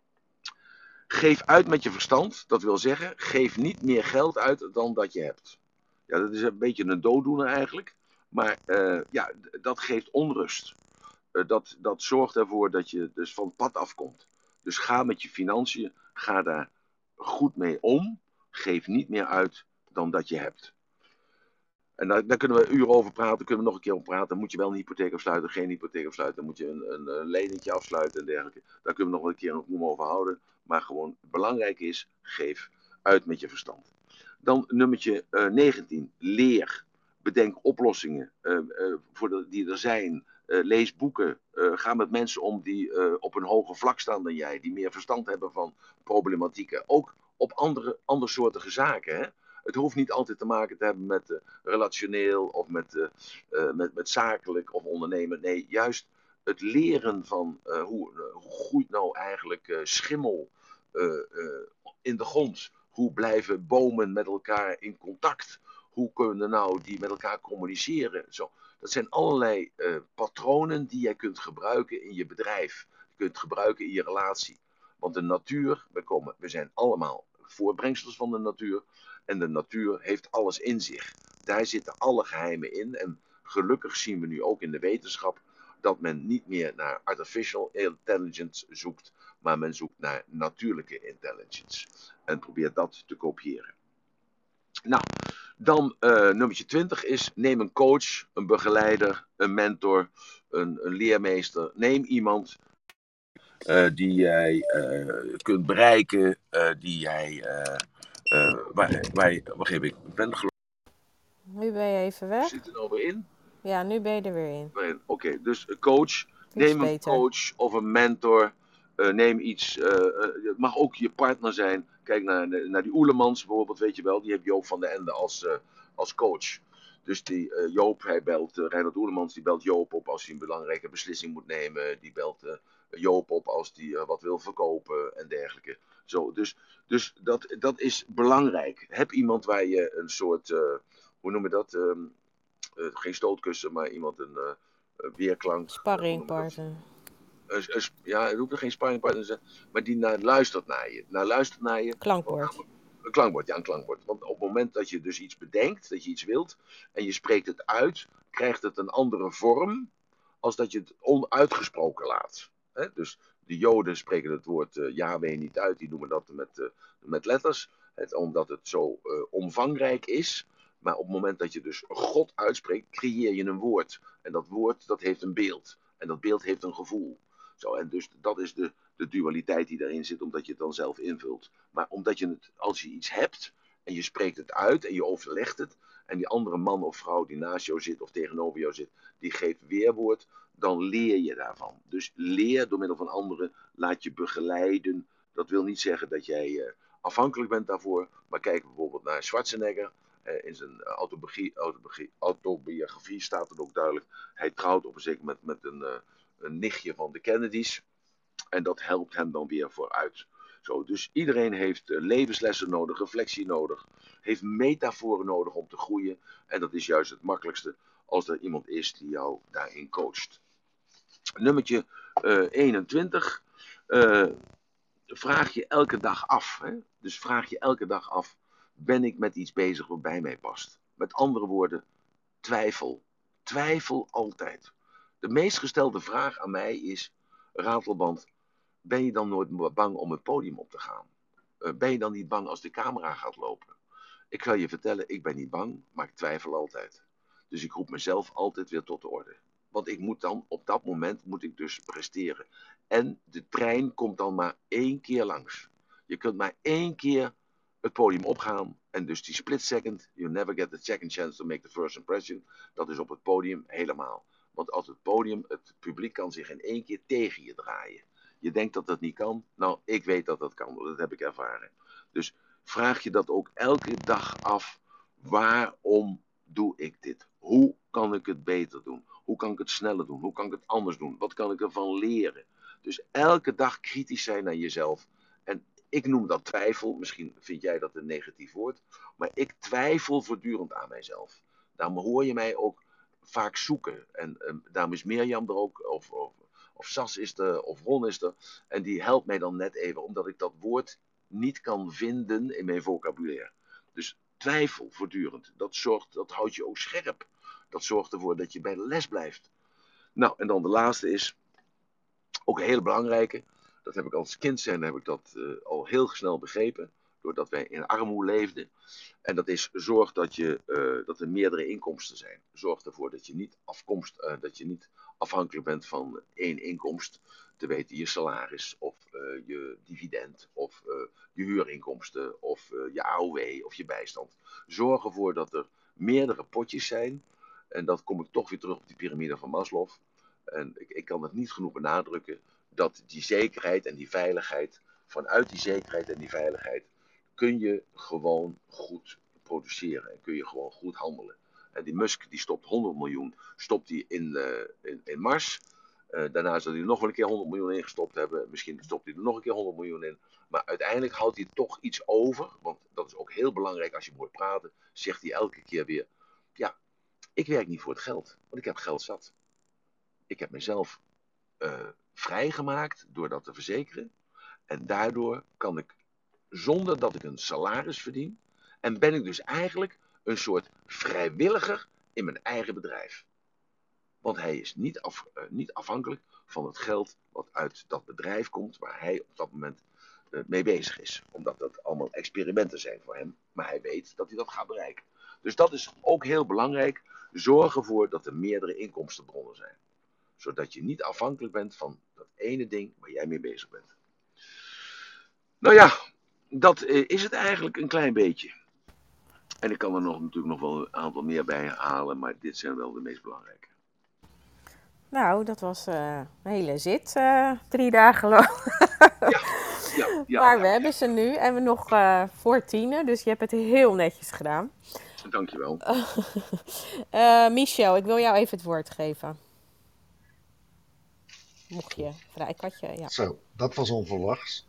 Geef uit met je verstand. Dat wil zeggen, geef niet meer geld uit dan dat je hebt. Ja, dat is een beetje een dooddoener eigenlijk. Maar ja, dat geeft onrust. Dat zorgt ervoor dat je dus van het pad afkomt. Dus ga met je financiën, ga daar goed mee om. Geef niet meer uit dan dat je hebt. En daar kunnen we uren over praten, kunnen we nog een keer over praten. Dan moet je wel een hypotheek afsluiten, geen hypotheek afsluiten. Dan moet je een lenentje afsluiten en dergelijke. Daar kunnen we nog een keer een over houden. Maar gewoon, belangrijk is, geef uit met je verstand. Dan nummertje 19, leer. Bedenk oplossingen die er zijn. Lees boeken. Ga met mensen om die op een hoger vlak staan dan jij. Die meer verstand hebben van problematieken. Ook op andersoortige zaken. Hè? Het hoeft niet altijd te maken te hebben met relationeel of met zakelijk of ondernemen. Nee, juist het leren van hoe groeit nou eigenlijk schimmel in de grond. Hoe blijven bomen met elkaar in contact? Hoe kunnen nou die met elkaar communiceren? Zo. Dat zijn allerlei patronen die jij kunt gebruiken in je bedrijf. Je kunt gebruiken in je relatie. Want de natuur, we zijn allemaal voortbrengsels van de natuur. En de natuur heeft alles in zich. Daar zitten alle geheimen in. En gelukkig zien we nu ook in de wetenschap dat men niet meer naar artificial intelligence zoekt, maar men zoekt naar natuurlijke intelligence. En probeert dat te kopiëren. Nou, dan nummertje 20 is, neem een coach, een begeleider, een mentor, een leermeester. Neem iemand die jij kunt bereiken, die jij, wacht even, ik ben Nu ben je even weg. zit er nou weer in? Ja, nu ben je er weer in. Oké, dus een coach, neem een coach of een mentor. Neem iets, het mag ook je partner zijn. Kijk naar die Oelemans bijvoorbeeld, weet je wel. Die heeft Joop van den Ende als coach. Dus die Joop, Reinhard Oelemans, die belt Joop op als hij een belangrijke beslissing moet nemen. Die belt Joop op als hij wat wil verkopen en dergelijke. Zo, dus dat is belangrijk. Heb iemand waar je een soort, hoe noem je dat? Geen stootkussen, maar iemand een weerklank. Sparringpartner. ja, het hoeft er geen sparringpartner te zijn, maar die luistert naar je. Klankwoord. Een klankbord, ja, een klankbord. Want op het moment dat je dus iets bedenkt, dat je iets wilt, en je spreekt het uit, krijgt het een andere vorm, als dat je het onuitgesproken laat. Dus de Joden spreken het woord Yahweh niet uit, die noemen dat met letters, omdat het zo omvangrijk is. Maar op het moment dat je dus God uitspreekt, creëer je een woord. En dat woord, dat heeft een beeld. En dat beeld heeft een gevoel. Zo, en dus dat is de dualiteit die daarin zit, omdat je het dan zelf invult. Maar omdat je het, als je iets hebt, en je spreekt het uit, en je overlegt het, en die andere man of vrouw die naast jou zit, of tegenover jou zit, die geeft weerwoord, dan leer je daarvan. Dus leer door middel van anderen, laat je begeleiden. Dat wil niet zeggen dat jij afhankelijk bent daarvoor, maar kijk bijvoorbeeld naar Schwarzenegger. In zijn autobiografie staat het ook duidelijk. Hij trouwt op een zeker moment met een nichtje van de Kennedys. En dat helpt hem dan weer vooruit. Zo, dus iedereen heeft levenslessen nodig, reflectie nodig. Heeft metaforen nodig om te groeien. En dat is juist het makkelijkste als er iemand is die jou daarin coacht. Nummertje 21. Vraag je elke dag af. Dus vraag je elke dag af. Ben ik met iets bezig wat bij mij past? Met andere woorden, twijfel. Twijfel altijd. De meest gestelde vraag aan mij is, Ratelband, ben je dan nooit bang om het podium op te gaan? Ben je dan niet bang als de camera gaat lopen? Ik ga je vertellen, ik ben niet bang, maar ik twijfel altijd. Dus ik roep mezelf altijd weer tot de orde. Want ik moet dan, op dat moment moet ik dus presteren. En de trein komt dan maar 1 keer langs. Je kunt maar 1 keer het podium opgaan. En dus die split second, you never get the second chance to make the first impression. Dat is op het podium helemaal. Want als het podium, het publiek kan zich in 1 keer tegen je draaien. Je denkt dat dat niet kan. Nou, ik weet dat dat kan. Dat heb ik ervaren. Dus vraag je dat ook elke dag af. Waarom doe ik dit? Hoe kan ik het beter doen? Hoe kan ik het sneller doen? Hoe kan ik het anders doen? Wat kan ik ervan leren? Dus elke dag kritisch zijn naar jezelf. En ik noem dat twijfel. Misschien vind jij dat een negatief woord. Maar ik twijfel voortdurend aan mijzelf. Daarom hoor je mij ook vaak zoeken. En daarom is Mirjam er ook. Of Sas is er. Of Ron is er. En die helpt mij dan net even. Omdat ik dat woord niet kan vinden in mijn vocabulaire. Dus twijfel voortdurend. Dat houdt je ook scherp. Dat zorgt ervoor dat je bij de les blijft. Nou, en dan de laatste is ook een hele belangrijke. Dat heb ik als kind zijn, heb ik dat al heel snel begrepen. Doordat wij in armoede leefden. En dat is, zorg dat er meerdere inkomsten zijn. Zorg ervoor dat je niet afhankelijk bent van 1 inkomst. Te weten je salaris, of je dividend, of je huurinkomsten, of je AOW, of je bijstand. Zorg ervoor dat er meerdere potjes zijn. En dat kom ik toch weer terug op die piramide van Maslow. En ik kan het niet genoeg benadrukken, dat die zekerheid en die veiligheid, vanuit die zekerheid en die veiligheid, kun je gewoon goed produceren en kun je gewoon goed handelen. En die Musk die stopt 100 miljoen stopt die in Mars. Daarna zal hij er nog wel een keer 100 miljoen in gestopt hebben. Misschien stopt hij er nog een keer 100 miljoen in. Maar uiteindelijk houdt hij toch iets over. Want dat is ook heel belangrijk als je moet praten. Zegt hij elke keer weer, ja, ik werk niet voor het geld. Want ik heb geld zat. Ik heb mezelf vrijgemaakt door dat te verzekeren. En daardoor kan ik, zonder dat ik een salaris verdien, en ben ik dus eigenlijk een soort vrijwilliger in mijn eigen bedrijf. Want hij is niet afhankelijk van het geld wat uit dat bedrijf komt, waar hij op dat moment mee bezig is. Omdat dat allemaal experimenten zijn voor hem, maar hij weet dat hij dat gaat bereiken. Dus dat is ook heel belangrijk. Zorg ervoor dat er meerdere inkomstenbronnen zijn. Zodat je niet afhankelijk bent van dat ene ding waar jij mee bezig bent. Nou ja, dat is het eigenlijk een klein beetje. En ik kan er natuurlijk nog wel een aantal meer bij halen, maar dit zijn wel de meest belangrijke. Nou, dat was een hele zit, 3 dagen lang. Ja, Maar we hebben ze nu en we nog voor 10, dus je hebt het heel netjes gedaan. Dankjewel. Michel, ik wil jou even het woord geven. Mocht je, ik had je, ja. Zo, dat was onverwachts.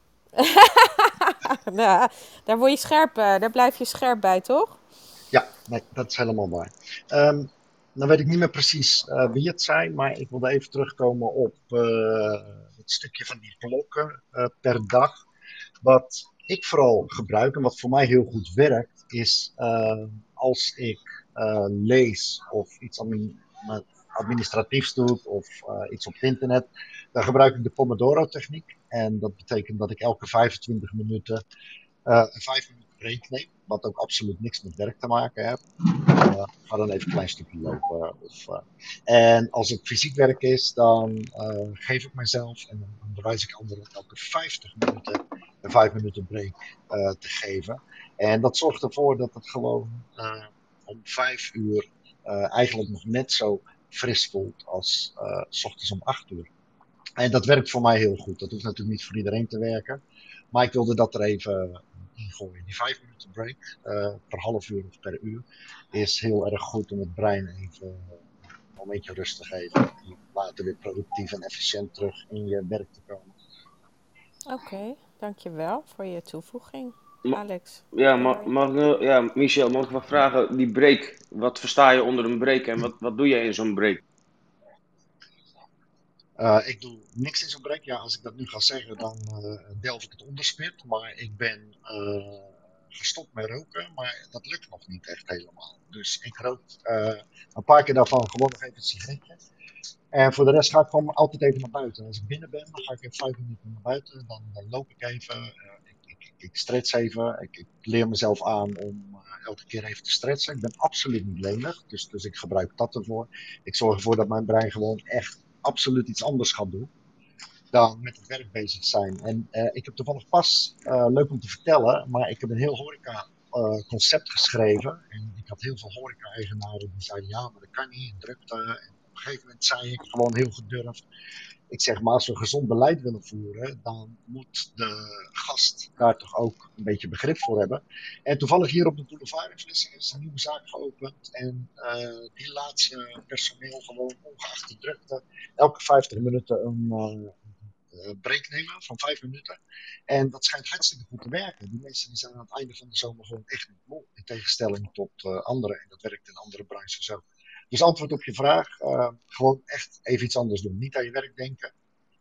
Nou, daar word je scherp, daar blijf je scherp bij, toch? Ja, nee, dat is helemaal waar. Dan weet ik niet meer precies wie het zijn, maar ik wilde even terugkomen op het stukje van die klokken per dag. Wat ik vooral gebruik en wat voor mij heel goed werkt, is als ik lees of iets administratiefs doe of iets op het internet, dan gebruik ik de Pomodoro-techniek. En dat betekent dat ik elke 25 minuten een 5 minuten break neem, wat ook absoluut niks met werk te maken heeft. Ga dan even een klein stukje lopen. En als het fysiek werk is, dan geef ik mezelf en dan bewijs ik anderen elke 50 minuten een 5 minuten break te geven. En dat zorgt ervoor dat het gewoon om 5 uur eigenlijk nog net zo fris voelt als 's ochtends om 8 uur. En dat werkt voor mij heel goed. Dat hoeft natuurlijk niet voor iedereen te werken. Maar ik wilde dat er even ingooien. Die 5 minuten break per half uur of per uur is heel erg goed om het brein even een momentje rust te geven. En later weer productief en efficiënt terug in je werk te komen. Oké, dankjewel voor je toevoeging, Ma- Alex. Ja, Wil je daarin? Michel, mag ik wel vragen, die break, wat versta je onder een break en wat doe je in zo'n break? Ik doe niks in zo'n break. Ja, als ik dat nu ga zeggen, dan delf ik het onderspit. Maar ik ben gestopt met roken, maar dat lukt nog niet echt helemaal. Dus ik rook een paar keer daarvan gewoon nog even een sigaretje. En voor de rest ga ik gewoon altijd even naar buiten. Als ik binnen ben, dan ga ik even 5 minuten naar buiten. Dan loop ik even. Ik stretch even. Ik leer mezelf aan om elke keer even te stretchen. Ik ben absoluut niet lenig, dus ik gebruik dat ervoor. Ik zorg ervoor dat mijn brein gewoon echt absoluut iets anders gaat doen dan met het werk bezig zijn. En ik heb toevallig pas, leuk om te vertellen, maar ik heb een heel horeca concept geschreven. En ik had heel veel horeca-eigenaren die zeiden, ja, maar dat kan niet, in drukte. En op een gegeven moment zei ik gewoon heel gedurfd, ik zeg maar, als we gezond beleid willen voeren, dan moet de gast daar toch ook een beetje begrip voor hebben. En toevallig hier op de boulevard in Vlissingen is een nieuwe zaak geopend. En die laat zijn personeel gewoon ongeacht de drukte elke 50 minuten een break nemen van 5 minuten. En dat schijnt hartstikke goed te werken. Die mensen die zijn aan het einde van de zomer gewoon echt niet moe. In tegenstelling tot anderen. En dat werkt in andere branches ook. Dus antwoord op je vraag. Gewoon echt even iets anders doen. Niet aan je werk denken.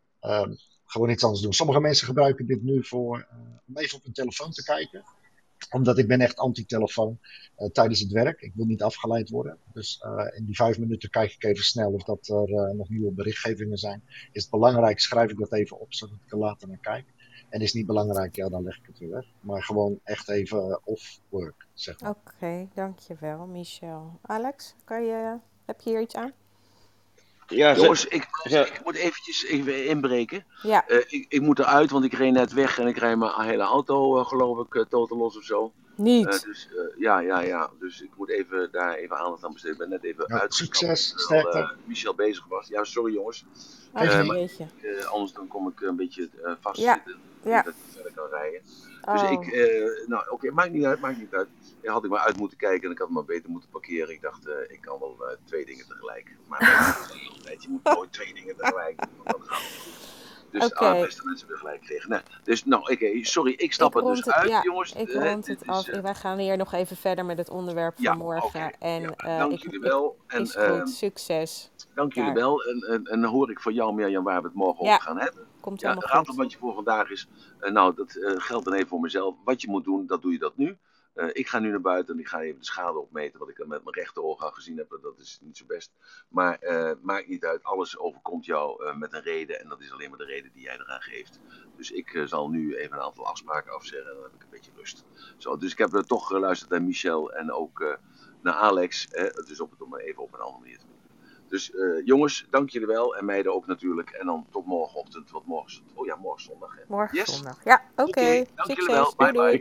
Gewoon iets anders doen. Sommige mensen gebruiken dit nu voor om even op hun telefoon te kijken. Omdat ik ben echt anti-telefoon tijdens het werk. Ik wil niet afgeleid worden. Dus in die 5 minuten kijk ik even snel of dat er nog nieuwe berichtgevingen zijn. Is het belangrijk, schrijf ik dat even op, zodat ik er later naar kijk. En is het niet belangrijk, ja, dan leg ik het weer weg. Maar gewoon echt even off work, zeg maar. Oké, dankjewel, Michel. Alex, heb je hier iets aan? Ja, Jongens, ik moet eventjes even inbreken. Ja, Ik moet eruit, want ik reed net weg en ik rijd mijn hele auto, geloof ik, totaal los of zo. niet. Ja. Dus ik moet daar even aandacht aan besteden. Ik ben net even Ja, uitgestapt succes, terwijl sterkte. Michel bezig was. Ja, sorry jongens. Oh, Geef Maar niet. jeetje. anders dan kom ik een beetje vastzitten. Ja. Dat ik verder kan rijden. Dus Oh, oké, maakt niet uit. Ja, had ik maar uit moeten kijken en ik had maar beter moeten parkeren. Ik dacht, ik kan wel 2 dingen tegelijk. Maar je moet nooit 2 dingen tegelijk doen, want dan gaat het goed. Dus oké. beste mensen weer gelijk kregen. Nee, dus, oké, sorry, ik stap Ik er rond dus het, uit, ja, jongens. ik rond Dit het is, af. Wij gaan hier nog even verder met het onderwerp van ja, morgen. oké. En Ja, dank jullie ik, wel. En is goed, succes. dank jullie Daar. wel. En dan hoor ik van jou, Mirjam, waar we het morgen Ja, over gaan hebben. komt Ja, helemaal het goed. ratelbandje voor vandaag is, dat geldt dan even voor mezelf. Wat je moet doen, dat doe je dat nu. Ik ga nu naar buiten en ik ga even de schade opmeten. Wat ik met mijn rechteroog al gezien heb, dat is niet zo best. Maar maakt niet uit, alles overkomt jou met een reden. En dat is alleen maar de reden die jij eraan geeft. Dus ik zal nu even een aantal afspraken afzeggen en dan heb ik een beetje rust. Zo, dus ik heb toch geluisterd naar Michel en ook naar Alex. Dus om het even op een andere manier te doen. Dus jongens, dank jullie wel. En meiden ook natuurlijk. En dan tot morgenochtend. Want morgen is zondag. Hè? Morgen Yes? zondag. Ja, oké. Oké, dank jullie wel. Succes. Bye Doei, doei. bye.